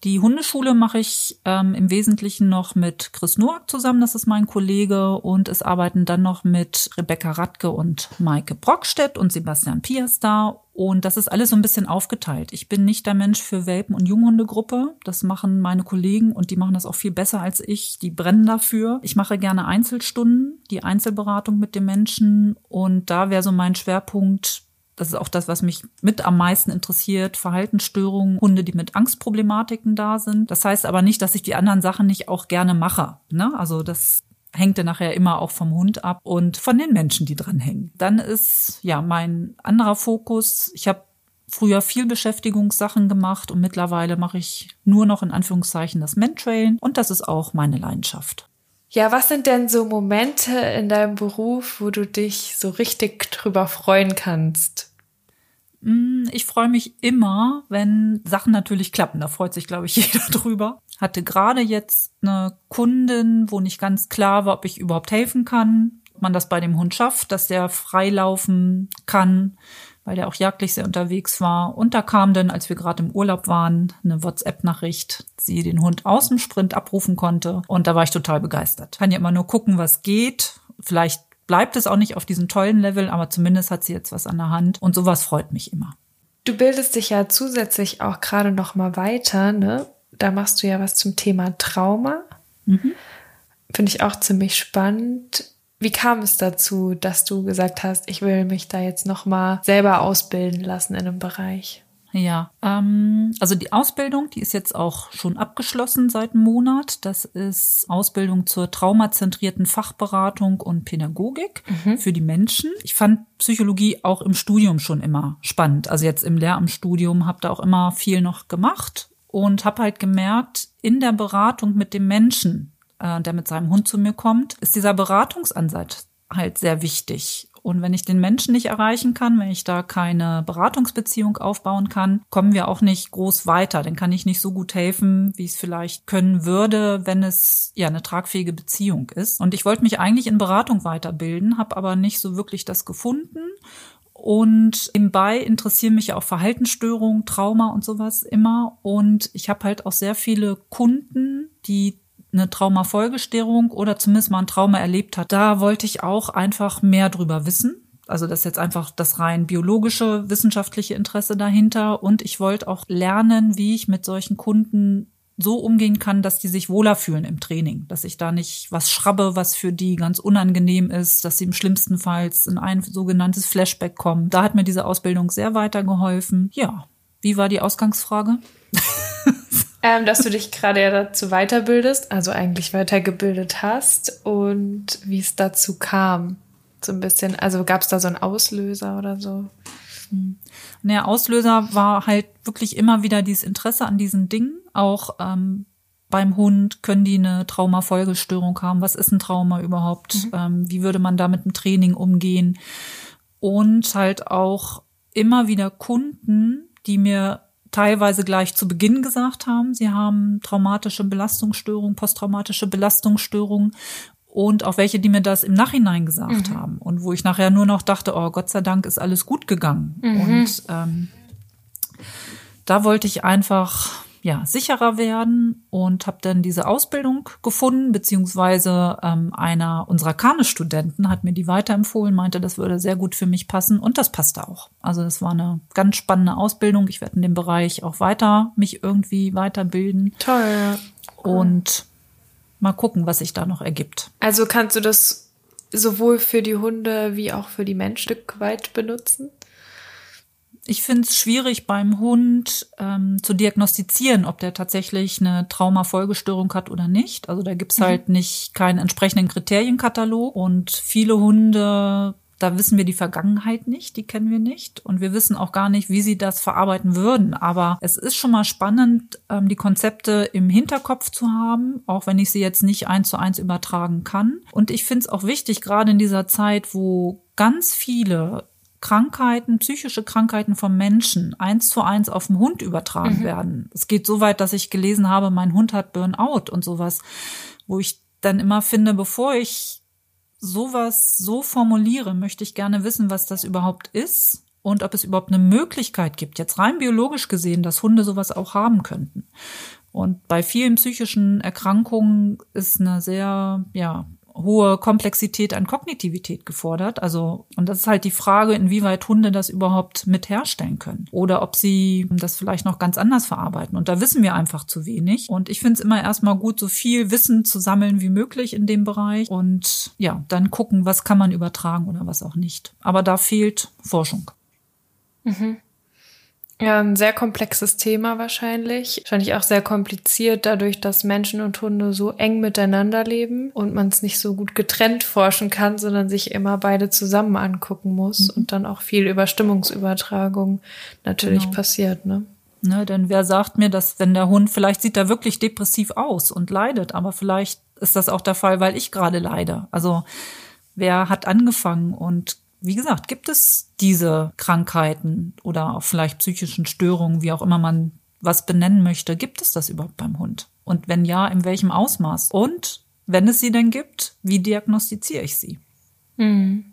Die Hundeschule mache ich ähm, im Wesentlichen noch mit Chris Noack zusammen, das ist mein Kollege, und es arbeiten dann noch mit Rebecca Radke und Maike Brockstedt und Sebastian Piers da. Und das ist alles so ein bisschen aufgeteilt. Ich bin nicht der Mensch für Welpen- und Junghundegruppe. Das machen meine Kollegen und die machen das auch viel besser als ich. Die brennen dafür. Ich mache gerne Einzelstunden, die Einzelberatung mit dem Menschen. Und da wäre so mein Schwerpunkt, das ist auch das, was mich mit am meisten interessiert, Verhaltensstörungen, Hunde, die mit Angstproblematiken da sind. Das heißt aber nicht, dass ich die anderen Sachen nicht auch gerne mache, ne? Also das hängt dann nachher immer auch vom Hund ab und von den Menschen, die dran hängen. Dann ist ja mein anderer Fokus, ich habe früher viel Beschäftigungssachen gemacht und mittlerweile mache ich nur noch in Anführungszeichen das Mentrailen und das ist auch meine Leidenschaft. Ja, was sind denn so Momente in deinem Beruf, wo du dich so richtig drüber freuen kannst? Ich freue mich immer, wenn Sachen natürlich klappen. Da freut sich, glaube ich, jeder drüber. Hatte gerade jetzt eine Kundin, wo nicht ganz klar war, ob ich überhaupt helfen kann, ob man das bei dem Hund schafft, dass der freilaufen kann, weil der auch jagdlich sehr unterwegs war. Und da kam dann, als wir gerade im Urlaub waren, eine WhatsApp-Nachricht, sie den Hund aus dem Sprint abrufen konnte. Und da war ich total begeistert. Kann ja immer nur gucken, was geht. Vielleicht bleibt es auch nicht auf diesem tollen Level, aber zumindest hat sie jetzt was an der Hand. Und sowas freut mich immer. Du bildest dich ja zusätzlich auch gerade noch mal weiter, ne? Da machst du ja was zum Thema Trauma. Mhm. Finde ich auch ziemlich spannend. Wie kam es dazu, dass du gesagt hast, ich will mich da jetzt noch mal selber ausbilden lassen in einem Bereich? Ja, ähm, also die Ausbildung, die ist jetzt auch schon abgeschlossen seit einem Monat. Das ist Ausbildung zur traumazentrierten Fachberatung und Pädagogik mhm. für die Menschen. Ich fand Psychologie auch im Studium schon immer spannend. Also jetzt im Lehramtsstudium habe da auch immer viel noch gemacht und habe halt gemerkt, in der Beratung mit dem Menschen, äh, der mit seinem Hund zu mir kommt, ist dieser Beratungsansatz halt sehr wichtig. Und wenn ich den Menschen nicht erreichen kann, wenn ich da keine Beratungsbeziehung aufbauen kann, kommen wir auch nicht groß weiter. Dann kann ich nicht so gut helfen, wie ich es vielleicht können würde, wenn es ja eine tragfähige Beziehung ist. Und ich wollte mich eigentlich in Beratung weiterbilden, habe aber nicht so wirklich das gefunden. Und nebenbei interessieren mich ja auch Verhaltensstörungen, Trauma und sowas immer. Und ich habe halt auch sehr viele Kunden, die eine Traumafolgestörung oder zumindest mal ein Trauma erlebt hat. Da wollte ich auch einfach mehr drüber wissen. Also das ist jetzt einfach das rein biologische, wissenschaftliche Interesse dahinter. Und ich wollte auch lernen, wie ich mit solchen Kunden so umgehen kann, dass die sich wohler fühlen im Training. Dass ich da nicht was schraube, was für die ganz unangenehm ist, dass sie im schlimmsten Fall in ein sogenanntes Flashback kommen. Da hat mir diese Ausbildung sehr weitergeholfen. Ja, wie war die Ausgangsfrage? Ähm, dass du dich gerade ja dazu weiterbildest, also eigentlich weitergebildet hast und wie es dazu kam, so ein bisschen. Also gab es da so einen Auslöser oder so? Hm. Naja, Auslöser war halt wirklich immer wieder dieses Interesse an diesen Dingen. Auch ähm, beim Hund können die eine Traumafolgestörung haben. Was ist ein Trauma überhaupt? Mhm. Ähm, wie würde man da mit dem Training umgehen? Und halt auch immer wieder Kunden, die mir teilweise gleich zu Beginn gesagt haben, sie haben traumatische Belastungsstörung, posttraumatische Belastungsstörung und auch welche, die mir das im Nachhinein gesagt mhm. haben und wo ich nachher nur noch dachte, oh Gott sei Dank ist alles gut gegangen. Mhm. Und ähm, da wollte ich einfach ja sicherer werden und habe dann diese Ausbildung gefunden, beziehungsweise ähm, einer unserer Kane-Studenten hat mir die weiterempfohlen, meinte, das würde sehr gut für mich passen und das passte auch. Also das war eine ganz spannende Ausbildung. Ich werde in dem Bereich auch weiter mich irgendwie weiterbilden. Toll. Cool. Und mal gucken, was sich da noch ergibt. Also kannst du das sowohl für die Hunde wie auch für die Menschen ein Stück weit benutzen? Ich finde es schwierig beim Hund ähm, zu diagnostizieren, ob der tatsächlich eine Traumafolgestörung hat oder nicht. Also da gibt's mhm. halt nicht keinen entsprechenden Kriterienkatalog. Und viele Hunde, da wissen wir die Vergangenheit nicht, die kennen wir nicht. Und wir wissen auch gar nicht, wie sie das verarbeiten würden. Aber es ist schon mal spannend, ähm, die Konzepte im Hinterkopf zu haben, auch wenn ich sie jetzt nicht eins zu eins übertragen kann. Und ich finde es auch wichtig, gerade in dieser Zeit, wo ganz viele Krankheiten, psychische Krankheiten vom Menschen eins zu eins auf den Hund übertragen mhm. werden. Es geht so weit, dass ich gelesen habe, mein Hund hat Burnout und sowas, wo ich dann immer finde, bevor ich sowas so formuliere, möchte ich gerne wissen, was das überhaupt ist und ob es überhaupt eine Möglichkeit gibt, jetzt rein biologisch gesehen, dass Hunde sowas auch haben könnten. Und bei vielen psychischen Erkrankungen ist eine sehr, ja, hohe Komplexität an Kognitivität gefordert. Also, und das ist halt die Frage, inwieweit Hunde das überhaupt mit herstellen können. Oder ob sie das vielleicht noch ganz anders verarbeiten. Und da wissen wir einfach zu wenig. Und ich finde es immer erstmal gut, so viel Wissen zu sammeln wie möglich in dem Bereich. Und ja, dann gucken, was kann man übertragen oder was auch nicht. Aber da fehlt Forschung. Mhm. Ja, ein sehr komplexes Thema wahrscheinlich. Wahrscheinlich auch sehr kompliziert, dadurch, dass Menschen und Hunde so eng miteinander leben und man es nicht so gut getrennt forschen kann, sondern sich immer beide zusammen angucken muss mhm. und dann auch viel über Stimmungsübertragung natürlich genau. passiert, ne? Ne, denn wer sagt mir, dass wenn der Hund, vielleicht sieht er wirklich depressiv aus und leidet, aber vielleicht ist das auch der Fall, weil ich gerade leide. Also wer hat angefangen und wie gesagt, gibt es diese Krankheiten oder auch vielleicht psychischen Störungen, wie auch immer man was benennen möchte, gibt es das überhaupt beim Hund? Und wenn ja, in welchem Ausmaß? Und wenn es sie denn gibt, wie diagnostiziere ich sie? Mhm.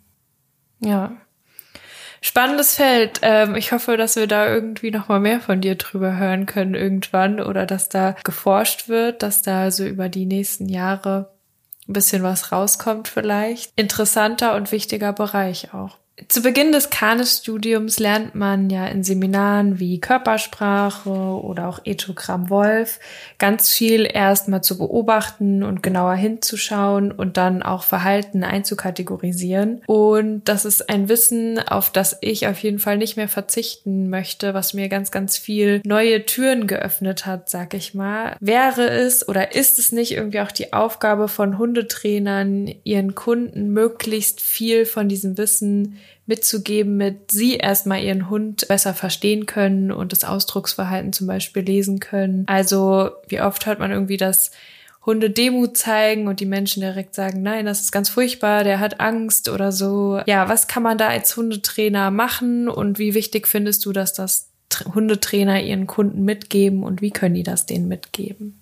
Ja. Spannendes Feld. Ähm, ich hoffe, dass wir da irgendwie noch mal mehr von dir drüber hören können irgendwann oder dass da geforscht wird, dass da so über die nächsten Jahre ein bisschen was rauskommt vielleicht. Interessanter und wichtiger Bereich auch. Zu Beginn des Canis-Studiums lernt man ja in Seminaren wie Körpersprache oder auch Ethogramm Wolf ganz viel erstmal zu beobachten und genauer hinzuschauen und dann auch Verhalten einzukategorisieren. Und das ist ein Wissen, auf das ich auf jeden Fall nicht mehr verzichten möchte, was mir ganz, ganz viel neue Türen geöffnet hat, sag ich mal. Wäre es oder ist es nicht irgendwie auch die Aufgabe von Hundetrainern, ihren Kunden möglichst viel von diesem Wissen mitzugeben, mit sie erstmal ihren Hund besser verstehen können und das Ausdrucksverhalten zum Beispiel lesen können. Also wie oft hört man irgendwie, dass Hunde Demut zeigen und die Menschen direkt sagen, nein, das ist ganz furchtbar, der hat Angst oder so. Ja, was kann man da als Hundetrainer machen und wie wichtig findest du, dass das Hundetrainer ihren Kunden mitgeben und wie können die das denen mitgeben?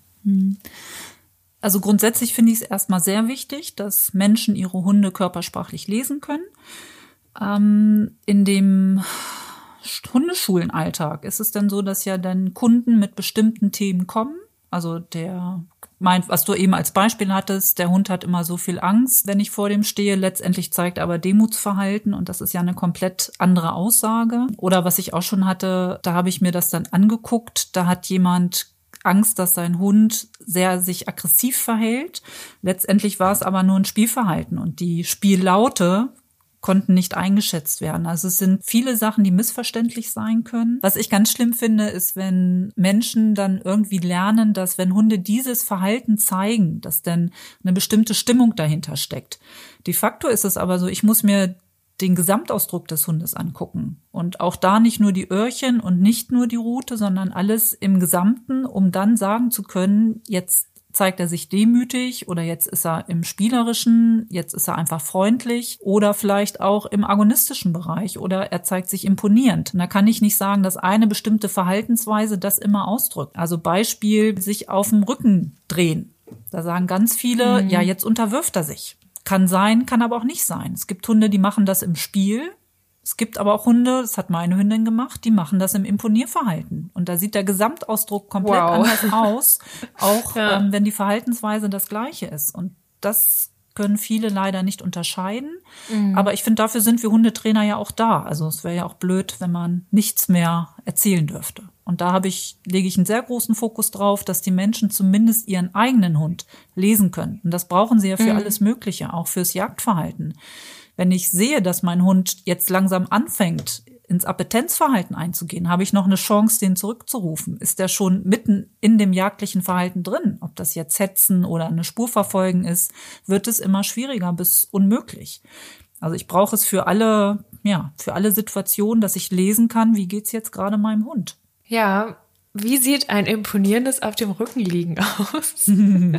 Also grundsätzlich finde ich es erstmal sehr wichtig, dass Menschen ihre Hunde körpersprachlich lesen können. In dem Hundeschulenalltag ist es dann so, dass ja dann Kunden mit bestimmten Themen kommen. Also der meint, was du eben als Beispiel hattest, der Hund hat immer so viel Angst, wenn ich vor dem stehe. Letztendlich zeigt aber Demutsverhalten und das ist ja eine komplett andere Aussage. Oder was ich auch schon hatte, da habe ich mir das dann angeguckt, da hat jemand Angst, dass sein Hund sehr sich aggressiv verhält. Letztendlich war es aber nur ein Spielverhalten und die Spiellaute konnten nicht eingeschätzt werden. Also es sind viele Sachen, die missverständlich sein können. Was ich ganz schlimm finde, ist, wenn Menschen dann irgendwie lernen, dass wenn Hunde dieses Verhalten zeigen, dass dann eine bestimmte Stimmung dahinter steckt. De facto ist es aber so, ich muss mir den Gesamtausdruck des Hundes angucken. Und auch da nicht nur die Öhrchen und nicht nur die Rute, sondern alles im Gesamten, um dann sagen zu können, jetzt zeigt er sich demütig oder jetzt ist er im Spielerischen, jetzt ist er einfach freundlich oder vielleicht auch im agonistischen Bereich oder er zeigt sich imponierend. Und da kann ich nicht sagen, dass eine bestimmte Verhaltensweise das immer ausdrückt. Also Beispiel, sich auf dem Rücken drehen. Da sagen ganz viele, mhm. ja, jetzt unterwirft er sich. Kann sein, kann aber auch nicht sein. Es gibt Hunde, die machen das im Spiel. Es gibt aber auch Hunde, das hat meine Hündin gemacht, die machen das im Imponierverhalten. Und da sieht der Gesamtausdruck komplett wow. anders aus, auch ja. ähm, wenn die Verhaltensweise das gleiche ist. Und das können viele leider nicht unterscheiden. Mhm. Aber ich finde, dafür sind wir Hundetrainer ja auch da. Also es wäre ja auch blöd, wenn man nichts mehr erzählen dürfte. Und da habe ich, lege ich einen sehr großen Fokus drauf, dass die Menschen zumindest ihren eigenen Hund lesen können. Und das brauchen sie ja für mhm. alles Mögliche, auch fürs Jagdverhalten. Wenn ich sehe, dass mein Hund jetzt langsam anfängt, ins Appetenzverhalten einzugehen, habe ich noch eine Chance, den zurückzurufen. Ist der schon mitten in dem jagdlichen Verhalten drin? Ob das jetzt Hetzen oder eine Spur verfolgen ist, wird es immer schwieriger bis unmöglich. Also ich brauche es für alle, ja, für alle Situationen, dass ich lesen kann, wie geht's jetzt gerade meinem Hund? Ja, wie sieht ein imponierendes auf dem Rücken liegen aus?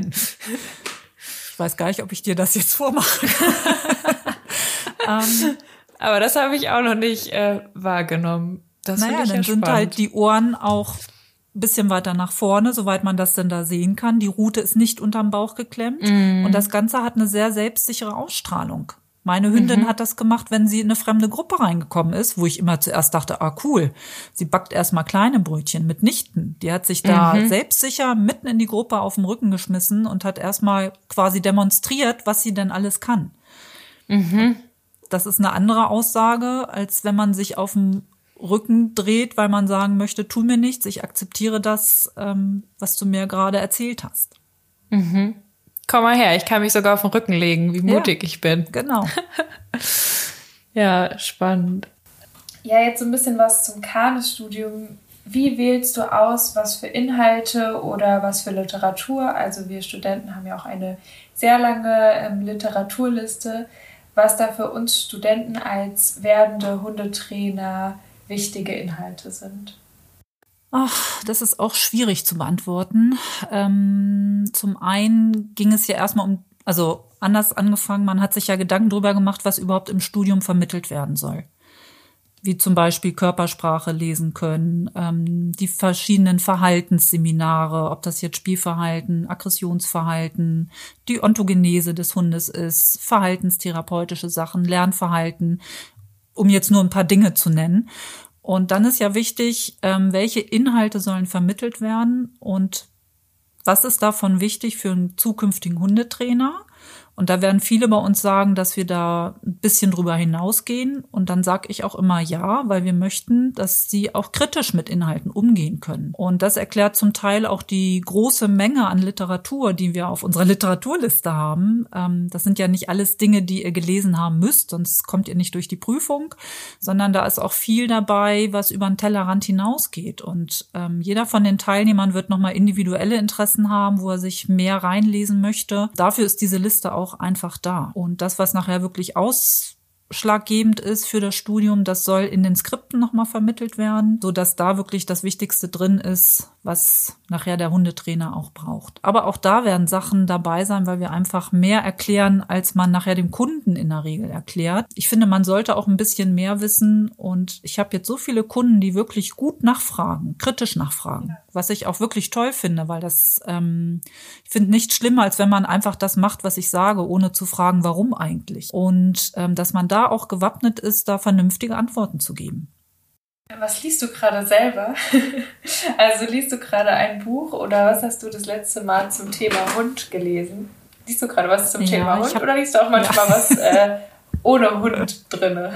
Ich weiß gar nicht, ob ich dir das jetzt vormache. um, Aber das habe ich auch noch nicht äh, wahrgenommen. Das naja, ich dann ja sind spannend. halt die Ohren auch ein bisschen weiter nach vorne, soweit man das denn da sehen kann. Die Rute ist nicht unterm Bauch geklemmt. Mm. Und das Ganze hat eine sehr selbstsichere Ausstrahlung. Meine Hündin Mhm. hat das gemacht, wenn sie in eine fremde Gruppe reingekommen ist, wo ich immer zuerst dachte, ah cool, sie backt erstmal kleine Brötchen. Mitnichten. Die hat sich da Mhm. selbstsicher mitten in die Gruppe auf den Rücken geschmissen und hat erstmal quasi demonstriert, was sie denn alles kann. Mhm. Das ist eine andere Aussage, als wenn man sich auf dem Rücken dreht, weil man sagen möchte, tu mir nichts, ich akzeptiere das, ähm, was du mir gerade erzählt hast. Mhm. Komm mal her, ich kann mich sogar auf den Rücken legen, wie mutig Ja, ich bin. Genau. Ja, spannend. Ja, jetzt so ein bisschen was zum Kanes-Studium. Wie wählst du aus, was für Inhalte oder was für Literatur? Also wir Studenten haben ja auch eine sehr lange ähm, Literaturliste, was da für uns Studenten als werdende Hundetrainer wichtige Inhalte sind. Ach, das ist auch schwierig zu beantworten. Ähm, zum einen ging es ja erstmal um, also anders angefangen, man hat sich ja Gedanken darüber gemacht, was überhaupt im Studium vermittelt werden soll. Wie zum Beispiel Körpersprache lesen können, ähm, die verschiedenen Verhaltensseminare, ob das jetzt Spielverhalten, Aggressionsverhalten, die Ontogenese des Hundes ist, verhaltenstherapeutische Sachen, Lernverhalten, um jetzt nur ein paar Dinge zu nennen. Und dann ist ja wichtig, ähm, welche Inhalte sollen vermittelt werden und was ist davon wichtig für einen zukünftigen Hundetrainer? Und da werden viele bei uns sagen, dass wir da ein bisschen drüber hinausgehen. Und dann sage ich auch immer ja, weil wir möchten, dass sie auch kritisch mit Inhalten umgehen können. Und das erklärt zum Teil auch die große Menge an Literatur, die wir auf unserer Literaturliste haben. Ähm, das sind ja nicht alles Dinge, die ihr gelesen haben müsst, sonst kommt ihr nicht durch die Prüfung, sondern da ist auch viel dabei, was über den Tellerrand hinausgeht. Und ähm, jeder von den Teilnehmern wird nochmal individuelle Interessen haben, wo er sich mehr reinlesen möchte. Dafür ist diese Liste auch einfach da. Und das, was nachher wirklich ausschlaggebend ist für das Studium, das soll in den Skripten nochmal vermittelt werden, sodass da wirklich das Wichtigste drin ist, was nachher der Hundetrainer auch braucht. Aber auch da werden Sachen dabei sein, weil wir einfach mehr erklären, als man nachher dem Kunden in der Regel erklärt. Ich finde, man sollte auch ein bisschen mehr wissen und ich habe jetzt so viele Kunden, die wirklich gut nachfragen, kritisch nachfragen, was ich auch wirklich toll finde, weil das, ähm, ich finde nichts schlimmer, als wenn man einfach das macht, was ich sage, ohne zu fragen, warum eigentlich. Und ähm, dass man da auch gewappnet ist, da vernünftige Antworten zu geben. Was liest du gerade selber? Also liest du gerade ein Buch oder was hast du das letzte Mal zum Thema Hund gelesen? Liest du gerade was zum Ja, Thema ich Hund hab- oder liest du auch manchmal Ja. was äh, ohne Hund drinne?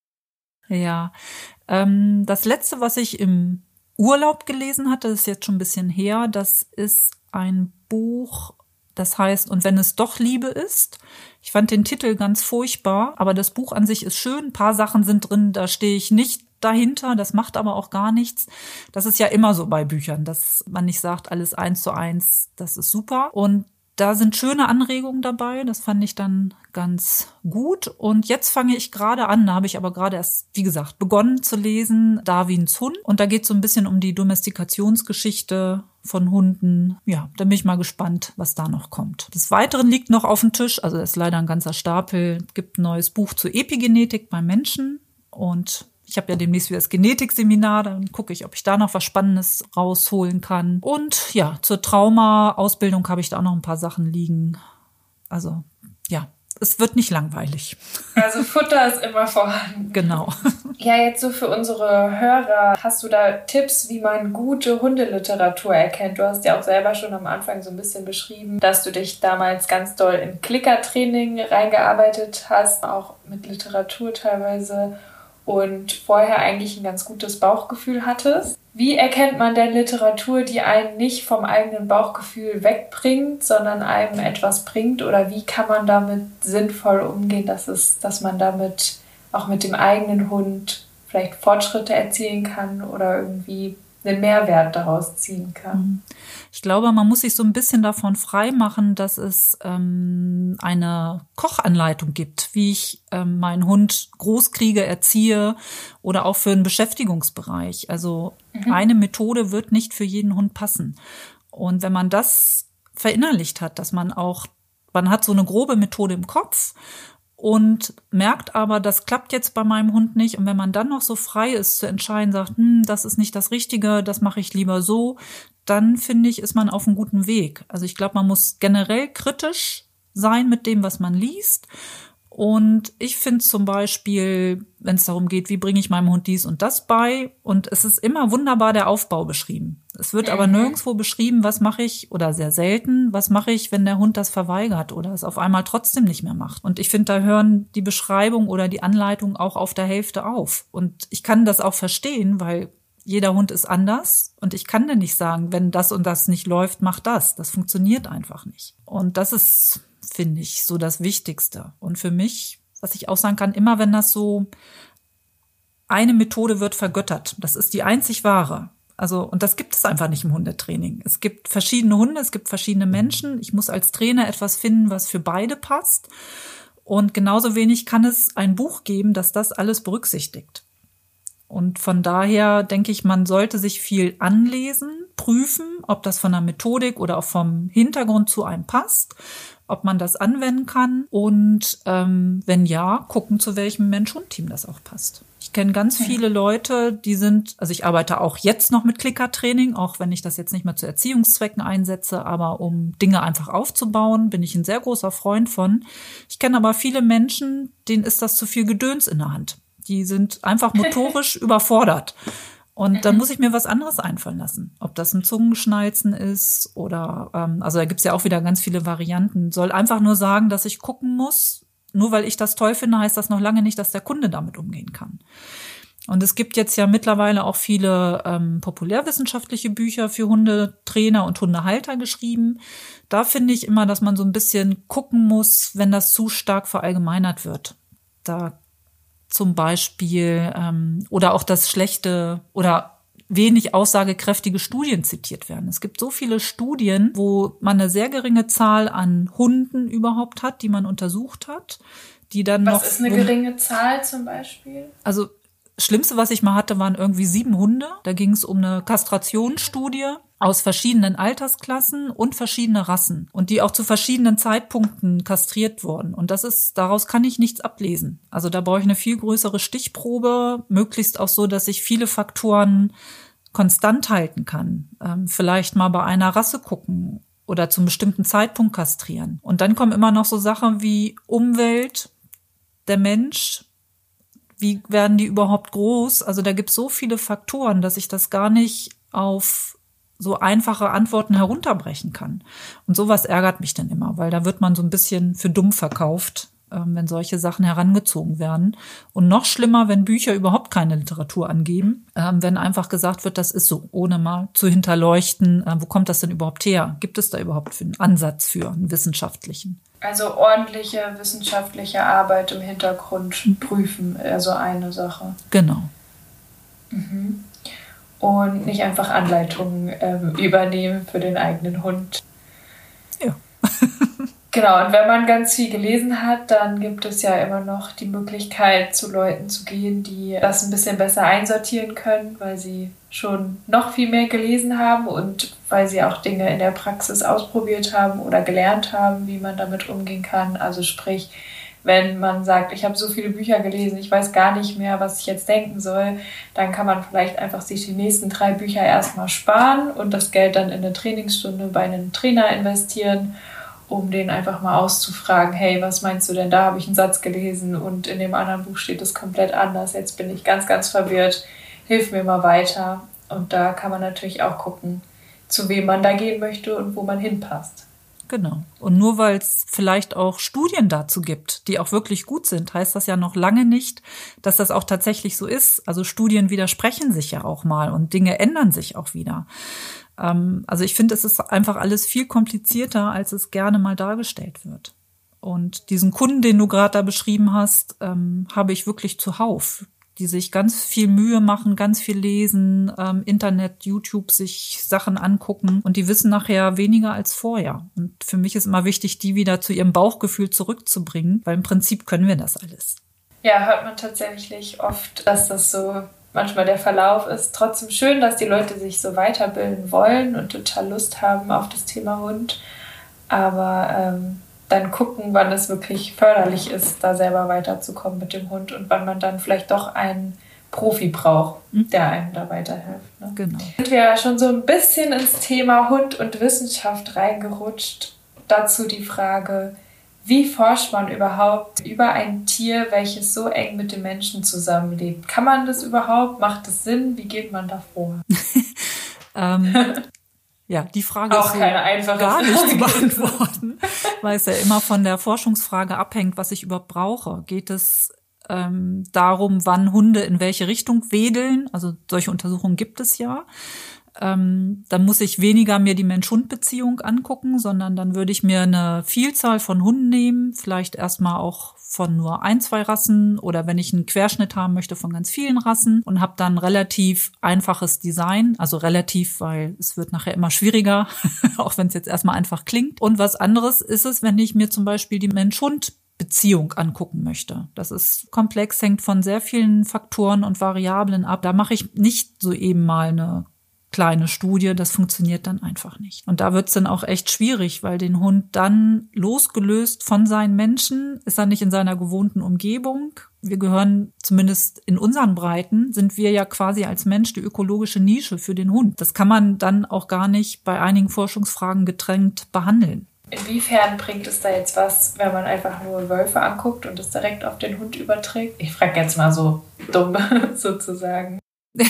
Ja, ähm, das letzte, was ich im Urlaub gelesen hatte, das ist jetzt schon ein bisschen her, das ist ein Buch, das heißt, und wenn es doch Liebe ist. Ich fand den Titel ganz furchtbar, aber das Buch an sich ist schön. Ein paar Sachen sind drin, da stehe ich nicht dahinter, das macht aber auch gar nichts. Das ist ja immer so bei Büchern, dass man nicht sagt, alles eins zu eins, das ist super. Und da sind schöne Anregungen dabei, das fand ich dann ganz gut. Und jetzt fange ich gerade an, da habe ich aber gerade erst, wie gesagt, begonnen zu lesen, Darwins Hund. Und da geht es so ein bisschen um die Domestikationsgeschichte von Hunden. Ja, da bin ich mal gespannt, was da noch kommt. Des Weiteren liegt noch auf dem Tisch, also ist leider ein ganzer Stapel, gibt ein neues Buch zur Epigenetik beim Menschen. Und ich habe ja demnächst wieder das Genetikseminar, dann gucke ich, ob ich da noch was Spannendes rausholen kann. Und ja, zur Trauma-Ausbildung habe ich da auch noch ein paar Sachen liegen. Also ja, es wird nicht langweilig. Also Futter ist immer vorhanden. Genau. Ja, jetzt so für unsere Hörer, hast du da Tipps, wie man gute Hundeliteratur erkennt? Du hast ja auch selber schon am Anfang so ein bisschen beschrieben, dass du dich damals ganz doll in Klickertraining reingearbeitet hast, auch mit Literatur teilweise und vorher eigentlich ein ganz gutes Bauchgefühl hattest. Wie erkennt man denn Literatur, die einen nicht vom eigenen Bauchgefühl wegbringt, sondern einem etwas bringt? Oder wie kann man damit sinnvoll umgehen, dass es, dass man damit auch mit dem eigenen Hund vielleicht Fortschritte erzielen kann oder irgendwie einen Mehrwert daraus ziehen kann? Ich glaube, man muss sich so ein bisschen davon freimachen, dass es ähm, eine Kochanleitung gibt, wie ich ähm, meinen Hund groß kriege, erziehe oder auch für einen Beschäftigungsbereich. Also mhm. eine Methode wird nicht für jeden Hund passen. Und wenn man das verinnerlicht hat, dass man auch, man hat so eine grobe Methode im Kopf und merkt aber, das klappt jetzt bei meinem Hund nicht. Und wenn man dann noch so frei ist zu entscheiden, sagt, hm, das ist nicht das Richtige, das mache ich lieber so, dann finde ich, ist man auf einem guten Weg. Also ich glaube, man muss generell kritisch sein mit dem, was man liest Und ich finde zum Beispiel, wenn es darum geht, wie bringe ich meinem Hund dies und das bei, und es ist immer wunderbar der Aufbau beschrieben. Es wird aber nirgendwo beschrieben, was mache ich, oder sehr selten, was mache ich, wenn der Hund das verweigert oder es auf einmal trotzdem nicht mehr macht. Und ich finde, da hören die Beschreibung oder die Anleitung auch auf der Hälfte auf. Und ich kann das auch verstehen, weil jeder Hund ist anders und ich kann dir nicht sagen, wenn das und das nicht läuft, mach das. Das funktioniert einfach nicht. Und das ist, finde ich, so das Wichtigste. Und für mich, was ich auch sagen kann, immer wenn das so, eine Methode wird vergöttert, das ist die einzig wahre. Also, und das gibt es einfach nicht im Hundetraining. Es gibt verschiedene Hunde, es gibt verschiedene Menschen. Ich muss als Trainer etwas finden, was für beide passt. Und genauso wenig kann es ein Buch geben, das das alles berücksichtigt. Und von daher denke ich, man sollte sich viel anlesen, prüfen, ob das von der Methodik oder auch vom Hintergrund zu einem passt, ob man das anwenden kann und ähm, wenn ja, gucken, zu welchem Mensch-Hund-Team das auch passt. Ich kenne ganz viele Leute, die sind, also ich arbeite auch jetzt noch mit Klickertraining, auch wenn ich das jetzt nicht mehr zu Erziehungszwecken einsetze, aber um Dinge einfach aufzubauen, bin ich ein sehr großer Freund von. Ich kenne aber viele Menschen, denen ist das zu viel Gedöns in der Hand. Die sind einfach motorisch überfordert. Und dann muss ich mir was anderes einfallen lassen. Ob das ein Zungenschnalzen ist oder, ähm, also da gibt's ja auch wieder ganz viele Varianten. Soll einfach nur sagen, dass ich gucken muss. Nur weil ich das toll finde, heißt das noch lange nicht, dass der Kunde damit umgehen kann. Und es gibt jetzt ja mittlerweile auch viele ähm, populärwissenschaftliche Bücher für Hundetrainer und Hundehalter geschrieben. Da finde ich immer, dass man so ein bisschen gucken muss, wenn das zu stark verallgemeinert wird. Da zum Beispiel ähm, oder auch das schlechte oder wenig aussagekräftige Studien zitiert werden. Es gibt so viele Studien, wo man eine sehr geringe Zahl an Hunden überhaupt hat, die man untersucht hat, die dann was noch... Was ist eine geringe Zahl zum Beispiel? Also das Schlimmste, was ich mal hatte, waren irgendwie sieben Hunde. Da ging es um eine Kastrationsstudie aus verschiedenen Altersklassen und verschiedene Rassen und die auch zu verschiedenen Zeitpunkten kastriert wurden. Und das ist, daraus kann ich nichts ablesen. Also da brauche ich eine viel größere Stichprobe, möglichst auch so, dass ich viele Faktoren konstant halten kann. Ähm, vielleicht mal bei einer Rasse gucken oder zum bestimmten Zeitpunkt kastrieren. Und dann kommen immer noch so Sachen wie Umwelt, der Mensch, wie werden die überhaupt groß? Also da gibt es so viele Faktoren, dass ich das gar nicht auf so einfache Antworten herunterbrechen kann. Und sowas ärgert mich dann immer, weil da wird man so ein bisschen für dumm verkauft, ähm, wenn solche Sachen herangezogen werden. Und noch schlimmer, wenn Bücher überhaupt keine Literatur angeben, ähm, wenn einfach gesagt wird, das ist so, ohne mal zu hinterleuchten, äh, wo kommt das denn überhaupt her? Gibt es da überhaupt für einen Ansatz für einen wissenschaftlichen? Also ordentliche wissenschaftliche Arbeit im Hintergrund prüfen, also eine Sache. Genau. Mhm. Und nicht einfach Anleitungen ähm, übernehmen für den eigenen Hund. Ja. Genau, und wenn man ganz viel gelesen hat, dann gibt es ja immer noch die Möglichkeit, zu Leuten zu gehen, die das ein bisschen besser einsortieren können, weil sie schon noch viel mehr gelesen haben und weil sie auch Dinge in der Praxis ausprobiert haben oder gelernt haben, wie man damit umgehen kann. Also sprich, wenn man sagt, ich habe so viele Bücher gelesen, ich weiß gar nicht mehr, was ich jetzt denken soll, dann kann man vielleicht einfach sich die nächsten drei Bücher erstmal sparen und das Geld dann in eine Trainingsstunde bei einem Trainer investieren, um den einfach mal auszufragen, hey, was meinst du denn, da habe ich einen Satz gelesen und in dem anderen Buch steht es komplett anders, jetzt bin ich ganz, ganz verwirrt, hilf mir mal weiter. Und da kann man natürlich auch gucken, zu wem man da gehen möchte und wo man hinpasst. Genau. Und nur weil es vielleicht auch Studien dazu gibt, die auch wirklich gut sind, heißt das ja noch lange nicht, dass das auch tatsächlich so ist. Also Studien widersprechen sich ja auch mal und Dinge ändern sich auch wieder. Ähm, also ich finde, es ist einfach alles viel komplizierter, als es gerne mal dargestellt wird. Und diesen Kunden, den du gerade da beschrieben hast, ähm, habe ich wirklich zuhauf, die sich ganz viel Mühe machen, ganz viel lesen, ähm, Internet, YouTube, sich Sachen angucken und die wissen nachher weniger als vorher. Und für mich ist immer wichtig, die wieder zu ihrem Bauchgefühl zurückzubringen, weil im Prinzip können wir das alles. Ja, hört man tatsächlich oft, dass das so manchmal der Verlauf ist. Trotzdem schön, dass die Leute sich so weiterbilden wollen und total Lust haben auf das Thema Hund. Aber ähm, dann gucken, wann es wirklich förderlich ist, da selber weiterzukommen mit dem Hund und wann man dann vielleicht doch einen Profi braucht, der einem da weiterhilft. Ne? Genau. Sind wir schon so ein bisschen ins Thema Hund und Wissenschaft reingerutscht. Dazu die Frage, Wie forscht man überhaupt über ein Tier, welches so eng mit dem Menschen zusammenlebt? Kann man das überhaupt? Macht das Sinn? Wie geht man da vor? ähm, ja, die Frage auch ist so keine einfache gar nicht Frage. zu beantworten, weil es ja immer von der Forschungsfrage abhängt, was ich überhaupt brauche. Geht es ähm, darum, wann Hunde in welche Richtung wedeln? Also solche Untersuchungen gibt es ja. Ähm, dann muss ich weniger mir die Mensch-Hund-Beziehung angucken, sondern dann würde ich mir eine Vielzahl von Hunden nehmen, vielleicht erstmal auch von nur ein, zwei Rassen oder wenn ich einen Querschnitt haben möchte von ganz vielen Rassen und habe dann relativ einfaches Design, also relativ, weil es wird nachher immer schwieriger, auch wenn es jetzt erstmal einfach klingt. Und was anderes ist es, wenn ich mir zum Beispiel die Mensch-Hund Beziehung angucken möchte. Das ist komplex, hängt von sehr vielen Faktoren und Variablen ab. Da mache ich nicht so eben mal eine kleine Studie, das funktioniert dann einfach nicht. Und da wird's dann auch echt schwierig, weil den Hund dann losgelöst von seinen Menschen, ist er nicht in seiner gewohnten Umgebung. Wir gehören, zumindest in unseren Breiten, sind wir ja quasi als Mensch die ökologische Nische für den Hund. Das kann man dann auch gar nicht bei einigen Forschungsfragen getrennt behandeln. Inwiefern bringt es da jetzt was, wenn man einfach nur Wölfe anguckt und es direkt auf den Hund überträgt? Ich frage jetzt mal so dumm sozusagen.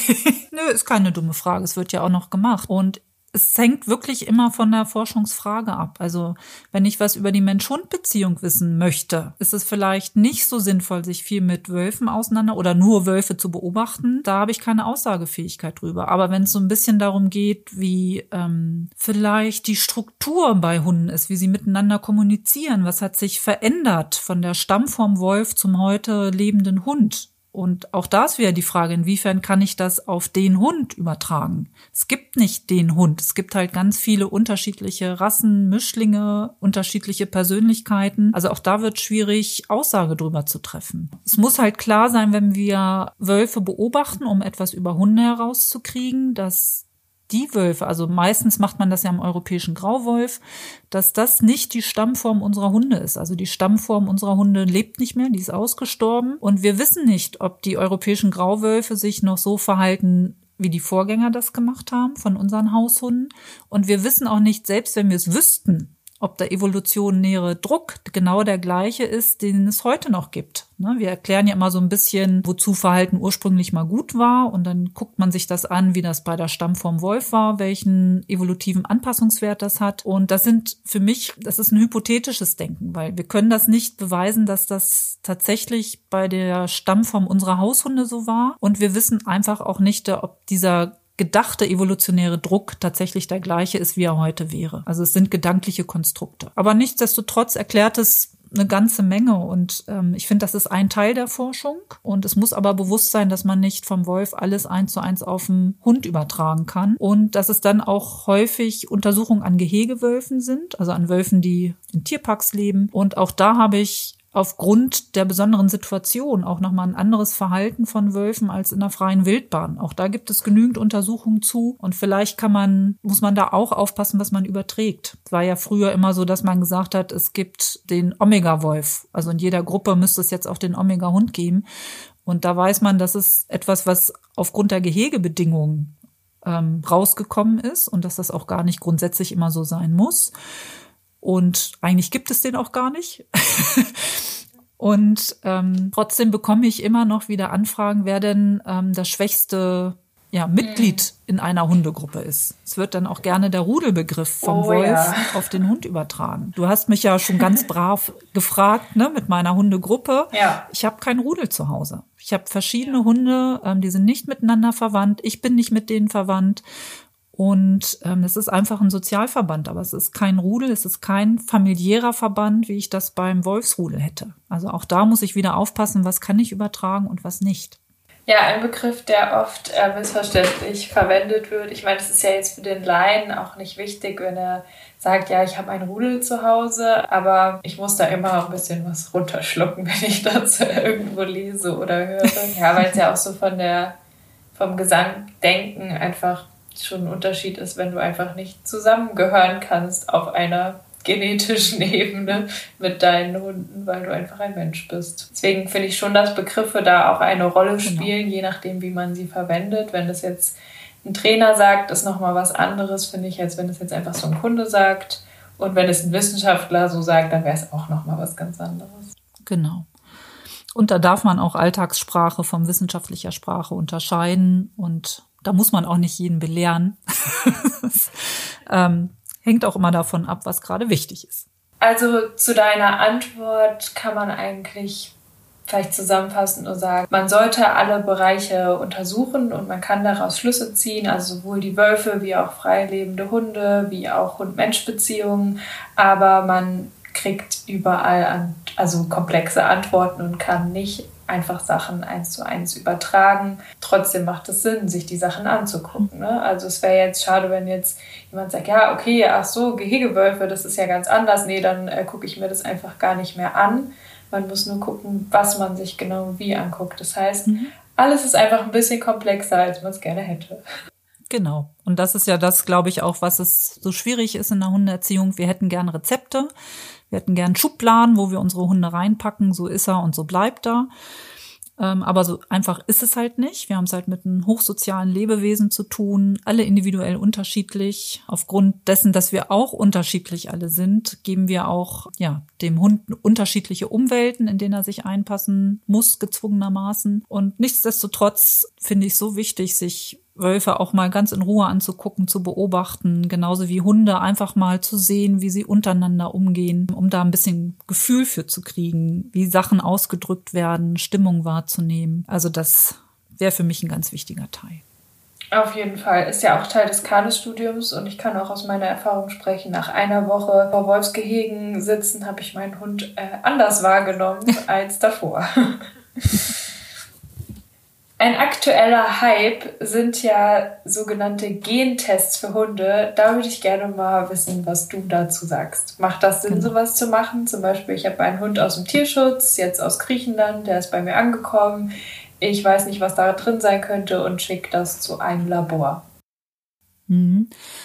Nö, ist keine dumme Frage. Es wird ja auch noch gemacht. Und es hängt wirklich immer von der Forschungsfrage ab. Also wenn ich was über die Mensch-Hund-Beziehung wissen möchte, ist es vielleicht nicht so sinnvoll, sich viel mit Wölfen auseinander oder nur Wölfe zu beobachten. Da habe ich keine Aussagefähigkeit drüber. Aber wenn es so ein bisschen darum geht, wie ähm, vielleicht die Struktur bei Hunden ist, wie sie miteinander kommunizieren, was hat sich verändert von der Stammform Wolf zum heute lebenden Hund? Und auch da ist wieder die Frage, inwiefern kann ich das auf den Hund übertragen? Es gibt nicht den Hund. Es gibt halt ganz viele unterschiedliche Rassen, Mischlinge, unterschiedliche Persönlichkeiten. Also auch da wird schwierig, Aussage drüber zu treffen. Es muss halt klar sein, wenn wir Wölfe beobachten, um etwas über Hunde herauszukriegen, dass die Wölfe, also meistens macht man das ja am europäischen Grauwolf, dass das nicht die Stammform unserer Hunde ist. Also die Stammform unserer Hunde lebt nicht mehr, die ist ausgestorben. Und wir wissen nicht, ob die europäischen Grauwölfe sich noch so verhalten, wie die Vorgänger das gemacht haben von unseren Haushunden. Und wir wissen auch nicht, selbst wenn wir es wüssten, ob der evolutionäre Druck genau der gleiche ist, den es heute noch gibt. Wir erklären ja immer so ein bisschen, wozu Verhalten ursprünglich mal gut war und dann guckt man sich das an, wie das bei der Stammform Wolf war, welchen evolutiven Anpassungswert das hat. Und das sind für mich, das ist ein hypothetisches Denken, weil wir können das nicht beweisen, dass das tatsächlich bei der Stammform unserer Haushunde so war. Und wir wissen einfach auch nicht, ob dieser gedachte evolutionäre Druck tatsächlich der gleiche ist, wie er heute wäre. Also es sind gedankliche Konstrukte. Aber nichtsdestotrotz erklärt es eine ganze Menge und ähm, ich finde, das ist ein Teil der Forschung und es muss aber bewusst sein, dass man nicht vom Wolf alles eins zu eins auf den Hund übertragen kann und dass es dann auch häufig Untersuchungen an Gehegewölfen sind, also an Wölfen, die in Tierparks leben und auch da habe ich aufgrund der besonderen Situation auch nochmal ein anderes Verhalten von Wölfen als in der freien Wildbahn. Auch da gibt es genügend Untersuchungen zu und vielleicht kann man, muss man da auch aufpassen, was man überträgt. Es war ja früher immer so, dass man gesagt hat, es gibt den Omega-Wolf. Also in jeder Gruppe müsste es jetzt auch den Omega-Hund geben. Und da weiß man, das ist etwas, was aufgrund der Gehegebedingungen ähm, rausgekommen ist und dass das auch gar nicht grundsätzlich immer so sein muss. Und eigentlich gibt es den auch gar nicht. Und ähm, trotzdem bekomme ich immer noch wieder Anfragen, wer denn ähm, das schwächste ja, Mitglied in einer Hundegruppe ist. Es wird dann auch gerne der Rudelbegriff vom oh, Wolf ja. auf den Hund übertragen. Du hast mich ja schon ganz brav gefragt, ne, mit meiner Hundegruppe. Ja. Ich habe kein Rudel zu Hause. Ich habe verschiedene Hunde, ähm, die sind nicht miteinander verwandt. Ich bin nicht mit denen verwandt. Und ähm, es ist einfach ein Sozialverband, aber es ist kein Rudel, es ist kein familiärer Verband, wie ich das beim Wolfsrudel hätte. Also auch da muss ich wieder aufpassen, was kann ich übertragen und was nicht. Ja, ein Begriff, der oft äh, missverständlich verwendet wird. Ich meine, das ist ja jetzt für den Laien auch nicht wichtig, wenn er sagt, ja, ich habe ein Rudel zu Hause, aber ich muss da immer ein bisschen was runterschlucken, wenn ich das irgendwo lese oder höre. Ja, weil es ja auch so von der, vom Gesamtdenken einfach schon ein Unterschied ist, wenn du einfach nicht zusammengehören kannst auf einer genetischen Ebene mit deinen Hunden, weil du einfach ein Mensch bist. Deswegen finde ich schon, dass Begriffe da auch eine Rolle spielen, genau. Je nachdem, wie man sie verwendet. Wenn das jetzt ein Trainer sagt, ist nochmal was anderes, finde ich, als wenn das jetzt einfach so ein Kunde sagt. Und wenn es ein Wissenschaftler so sagt, dann wäre es auch nochmal was ganz anderes. Genau. Und da darf man auch Alltagssprache von wissenschaftlicher Sprache unterscheiden. Und da muss man auch nicht jeden belehren. das, ähm, hängt auch immer davon ab, was gerade wichtig ist. Also zu deiner Antwort kann man eigentlich vielleicht zusammenfassend nur sagen, man sollte alle Bereiche untersuchen und man kann daraus Schlüsse ziehen, also sowohl die Wölfe wie auch freilebende Hunde, wie auch Hund-Mensch-Beziehungen, aber man kriegt überall an, also komplexe Antworten und kann nicht einfach Sachen eins zu eins übertragen. Trotzdem macht es Sinn, sich die Sachen anzugucken. Ne? Also es wäre jetzt schade, wenn jetzt jemand sagt, ja, okay, ach so, Gehegewölfe, das ist ja ganz anders. Nee, dann äh, gucke ich mir das einfach gar nicht mehr an. Man muss nur gucken, was man sich genau wie anguckt. Das heißt, mhm. alles ist einfach ein bisschen komplexer, als man es gerne hätte. Genau. Und das ist ja das, glaube ich, auch, was es so schwierig ist in der Hundeerziehung. Wir hätten gern Rezepte. Wir hätten gern Schubladen, wo wir unsere Hunde reinpacken. So ist er und so bleibt er. Ähm, aber so einfach ist es halt nicht. Wir haben es halt mit einem hochsozialen Lebewesen zu tun, alle individuell unterschiedlich. Aufgrund dessen, dass wir auch unterschiedlich alle sind, geben wir auch ja dem Hund unterschiedliche Umwelten, in denen er sich einpassen muss, gezwungenermaßen. Und nichtsdestotrotz finde ich es so wichtig, sich Wölfe auch mal ganz in Ruhe anzugucken, zu beobachten, genauso wie Hunde, einfach mal zu sehen, wie sie untereinander umgehen, um da ein bisschen Gefühl für zu kriegen, wie Sachen ausgedrückt werden, Stimmung wahrzunehmen. Also das wäre für mich ein ganz wichtiger Teil. Auf jeden Fall. Ist ja auch Teil des Kanes-Studiums und ich kann auch aus meiner Erfahrung sprechen. Nach einer Woche vor Wolfsgehegen sitzen, habe ich meinen Hund äh, anders wahrgenommen als davor. Ein aktueller Hype sind ja sogenannte Gentests für Hunde. Da würde ich gerne mal wissen, was du dazu sagst. Macht das Sinn, sowas zu machen? Zum Beispiel, ich habe einen Hund aus dem Tierschutz, jetzt aus Griechenland, der ist bei mir angekommen. Ich weiß nicht, was da drin sein könnte und schicke das zu einem Labor. Mhm.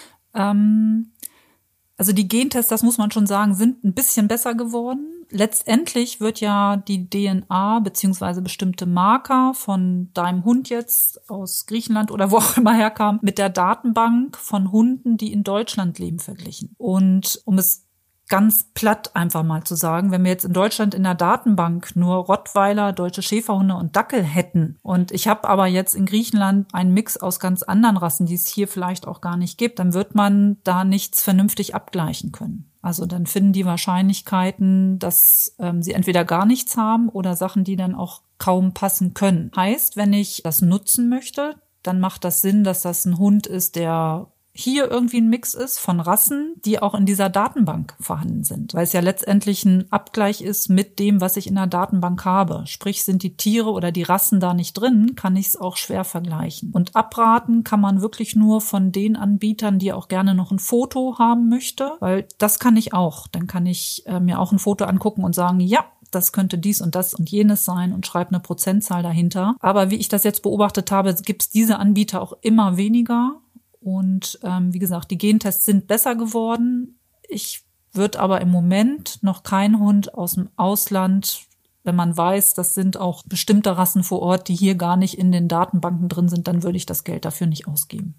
Ähm, also die Gentests, das muss man schon sagen, sind ein bisschen besser geworden. Letztendlich wird ja die D N A beziehungsweise bestimmte Marker von deinem Hund jetzt aus Griechenland oder wo auch immer herkam, mit der Datenbank von Hunden, die in Deutschland leben, verglichen. Und um es ganz platt einfach mal zu sagen, wenn wir jetzt in Deutschland in der Datenbank nur Rottweiler, deutsche Schäferhunde und Dackel hätten und ich habe aber jetzt in Griechenland einen Mix aus ganz anderen Rassen, die es hier vielleicht auch gar nicht gibt, dann wird man da nichts vernünftig abgleichen können. Also dann finden die Wahrscheinlichkeiten, dass ähm, sie entweder gar nichts haben oder Sachen, die dann auch kaum passen können. Heißt, wenn ich das nutzen möchte, dann macht das Sinn, dass das ein Hund ist, der hier irgendwie ein Mix ist von Rassen, die auch in dieser Datenbank vorhanden sind. Weil es ja letztendlich ein Abgleich ist mit dem, was ich in der Datenbank habe. Sprich, sind die Tiere oder die Rassen da nicht drin, kann ich es auch schwer vergleichen. Und abraten kann man wirklich nur von den Anbietern, die auch gerne noch ein Foto haben möchte, weil das kann ich auch. Dann kann ich äh, mir auch ein Foto angucken und sagen, ja, das könnte dies und das und jenes sein und schreibe eine Prozentzahl dahinter. Aber wie ich das jetzt beobachtet habe, gibt es diese Anbieter auch immer weniger. Und ähm, wie gesagt, die Gentests sind besser geworden. Ich würde aber im Moment noch keinen Hund aus dem Ausland, wenn man weiß, das sind auch bestimmte Rassen vor Ort, die hier gar nicht in den Datenbanken drin sind, dann würde ich das Geld dafür nicht ausgeben.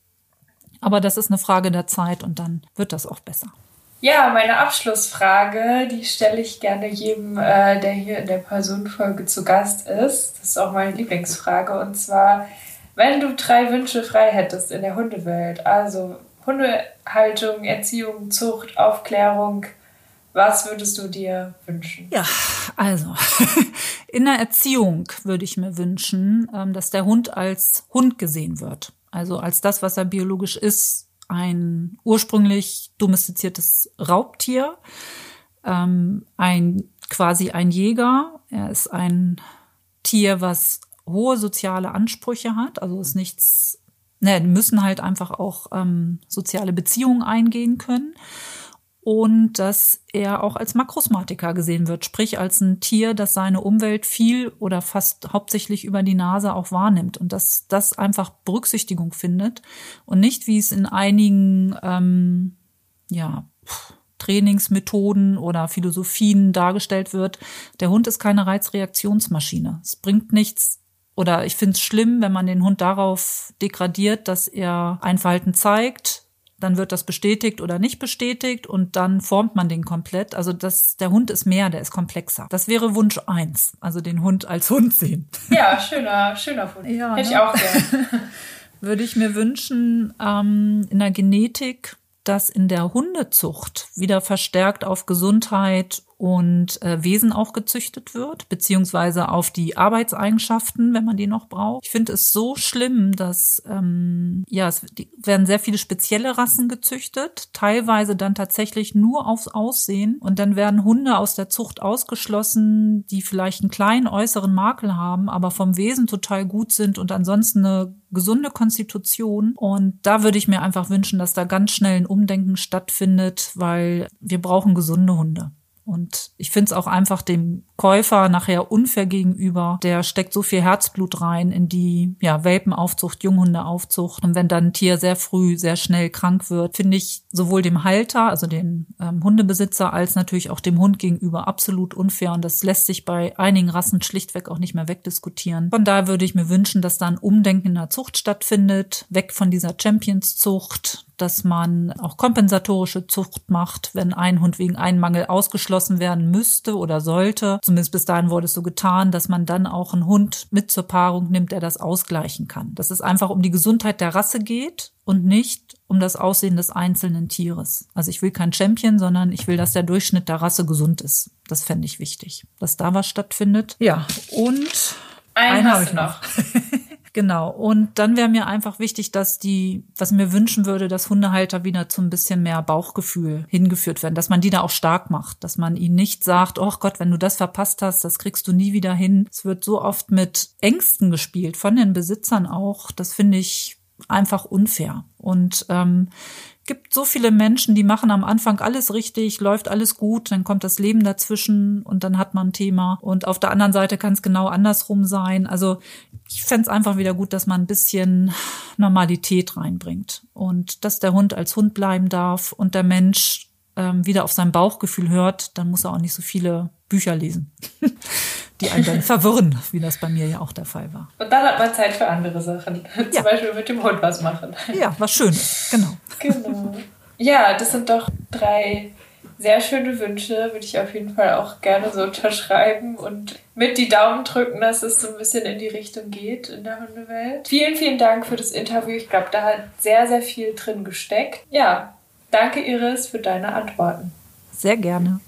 Aber das ist eine Frage der Zeit und dann wird das auch besser. Ja, meine Abschlussfrage, die stelle ich gerne jedem, äh, der hier in der Personenfolge zu Gast ist. Das ist auch meine Lieblingsfrage und zwar: Wenn du drei Wünsche frei hättest in der Hundewelt, also Hundehaltung, Erziehung, Zucht, Aufklärung, was würdest du dir wünschen? Ja, also in der Erziehung würde ich mir wünschen, dass der Hund als Hund gesehen wird. Also als das, was er biologisch ist, ein ursprünglich domestiziertes Raubtier, ein quasi ein Jäger. Er ist ein Tier, was hohe soziale Ansprüche hat, also ist nichts, ne, die müssen halt einfach auch ähm, soziale Beziehungen eingehen können und dass er auch als Makrosmatiker gesehen wird, sprich als ein Tier, das seine Umwelt viel oder fast hauptsächlich über die Nase auch wahrnimmt und dass das einfach Berücksichtigung findet und nicht, wie es in einigen ähm, ja Trainingsmethoden oder Philosophien dargestellt wird, der Hund ist keine Reizreaktionsmaschine. Es bringt nichts. Oder ich finde es schlimm, wenn man den Hund darauf degradiert, dass er ein Verhalten zeigt, dann wird das bestätigt oder nicht bestätigt und dann formt man den komplett. Also das, der Hund ist mehr, der ist komplexer. Das wäre Wunsch eins, also den Hund als Hund sehen. Ja, schöner, schöner Wunsch. Ja, hätte ne? ich auch gerne. Würde ich mir wünschen, ähm, in der Genetik, dass in der Hundezucht wieder verstärkt auf Gesundheit und äh, Wesen auch gezüchtet wird, beziehungsweise auf die Arbeitseigenschaften, wenn man die noch braucht. Ich finde es so schlimm, dass ähm, ja es die, werden sehr viele spezielle Rassen gezüchtet, teilweise dann tatsächlich nur aufs Aussehen und dann werden Hunde aus der Zucht ausgeschlossen, die vielleicht einen kleinen äußeren Makel haben, aber vom Wesen total gut sind und ansonsten eine gesunde Konstitution. Und da würde ich mir einfach wünschen, dass da ganz schnell ein Umdenken stattfindet, weil wir brauchen gesunde Hunde. Und ich finde es auch einfach dem Käufer nachher unfair gegenüber. Der steckt so viel Herzblut rein in die ja, Welpenaufzucht, Junghundeaufzucht. Und wenn dann ein Tier sehr früh, sehr schnell krank wird, finde ich sowohl dem Halter, also den ähm, Hundebesitzer, als natürlich auch dem Hund gegenüber absolut unfair. Und das lässt sich bei einigen Rassen schlichtweg auch nicht mehr wegdiskutieren. Von daher würde ich mir wünschen, dass da ein Umdenken in der Zucht stattfindet, weg von dieser Champions-Zucht, dass man auch kompensatorische Zucht macht, wenn ein Hund wegen einem Mangel ausgeschlossen werden müsste oder sollte. Zumindest bis dahin wurde es so getan, dass man dann auch einen Hund mit zur Paarung nimmt, der das ausgleichen kann. Dass es einfach um die Gesundheit der Rasse geht und nicht um das Aussehen des einzelnen Tieres. Also ich will kein Champion, sondern ich will, dass der Durchschnitt der Rasse gesund ist. Das fände ich wichtig, dass da was stattfindet. Ja, und einen, einen habe ich noch. Genau. Und dann wäre mir einfach wichtig, dass die, was ich mir wünschen würde, dass Hundehalter wieder zu ein bisschen mehr Bauchgefühl hingeführt werden, dass man die da auch stark macht, dass man ihnen nicht sagt, oh Gott, wenn du das verpasst hast, das kriegst du nie wieder hin. Es wird so oft mit Ängsten gespielt, von den Besitzern auch. Das finde ich einfach unfair. Und ähm, gibt so viele Menschen, die machen am Anfang alles richtig, läuft alles gut, dann kommt das Leben dazwischen und dann hat man ein Thema. Und auf der anderen Seite kann es genau andersrum sein. Also ich fände es einfach wieder gut, dass man ein bisschen Normalität reinbringt und dass der Hund als Hund bleiben darf und der Mensch ähm, wieder auf sein Bauchgefühl hört. Dann muss er auch nicht so viele Bücher lesen, die einen dann verwirren, wie das bei mir ja auch der Fall war. Und dann hat man Zeit für andere Sachen. Zum ja. Beispiel mit dem Hund was machen. Ja, was Schönes, genau. Genau. Ja, das sind doch drei sehr schöne Wünsche. Würde ich auf jeden Fall auch gerne so unterschreiben und mit die Daumen drücken, dass es so ein bisschen in die Richtung geht in der Hundewelt. Vielen, vielen Dank für das Interview. Ich glaube, da hat sehr, sehr viel drin gesteckt. Ja, danke Iris für deine Antworten. Sehr gerne.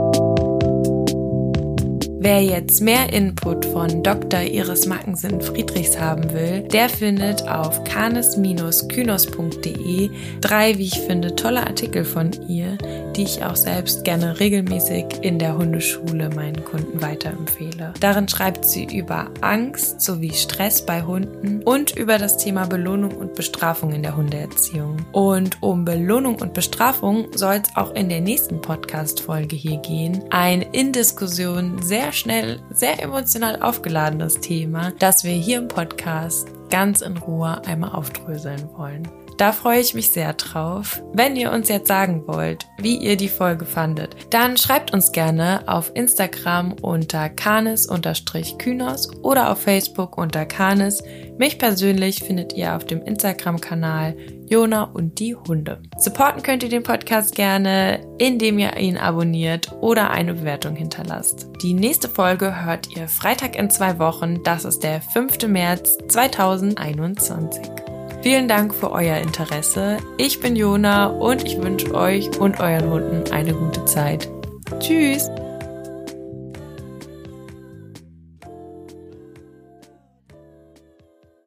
Wer jetzt mehr Input von Doktor Iris Mackensen-Friedrichs haben will, der findet auf canis Bindestrich kynos punkt de drei, wie ich finde, tolle Artikel von ihr, die ich auch selbst gerne regelmäßig in der Hundeschule meinen Kunden weiterempfehle. Darin schreibt sie über Angst sowie Stress bei Hunden und über das Thema Belohnung und Bestrafung in der Hundeerziehung. Und um Belohnung und Bestrafung soll es auch in der nächsten Podcast-Folge hier gehen. Ein in Diskussion sehr schnell, sehr emotional aufgeladenes Thema, das wir hier im Podcast ganz in Ruhe einmal aufdröseln wollen. Da freue ich mich sehr drauf. Wenn ihr uns jetzt sagen wollt, wie ihr die Folge fandet, dann schreibt uns gerne auf Instagram unter canis Bindestrich kynos oder auf Facebook unter canis. Mich persönlich findet ihr auf dem Instagram-Kanal Jona und die Hunde. Supporten könnt ihr den Podcast gerne, indem ihr ihn abonniert oder eine Bewertung hinterlasst. Die nächste Folge hört ihr Freitag in zwei Wochen. Das ist der fünfte März zweitausendeinundzwanzig. Vielen Dank für euer Interesse. Ich bin Jona und ich wünsche euch und euren Hunden eine gute Zeit. Tschüss!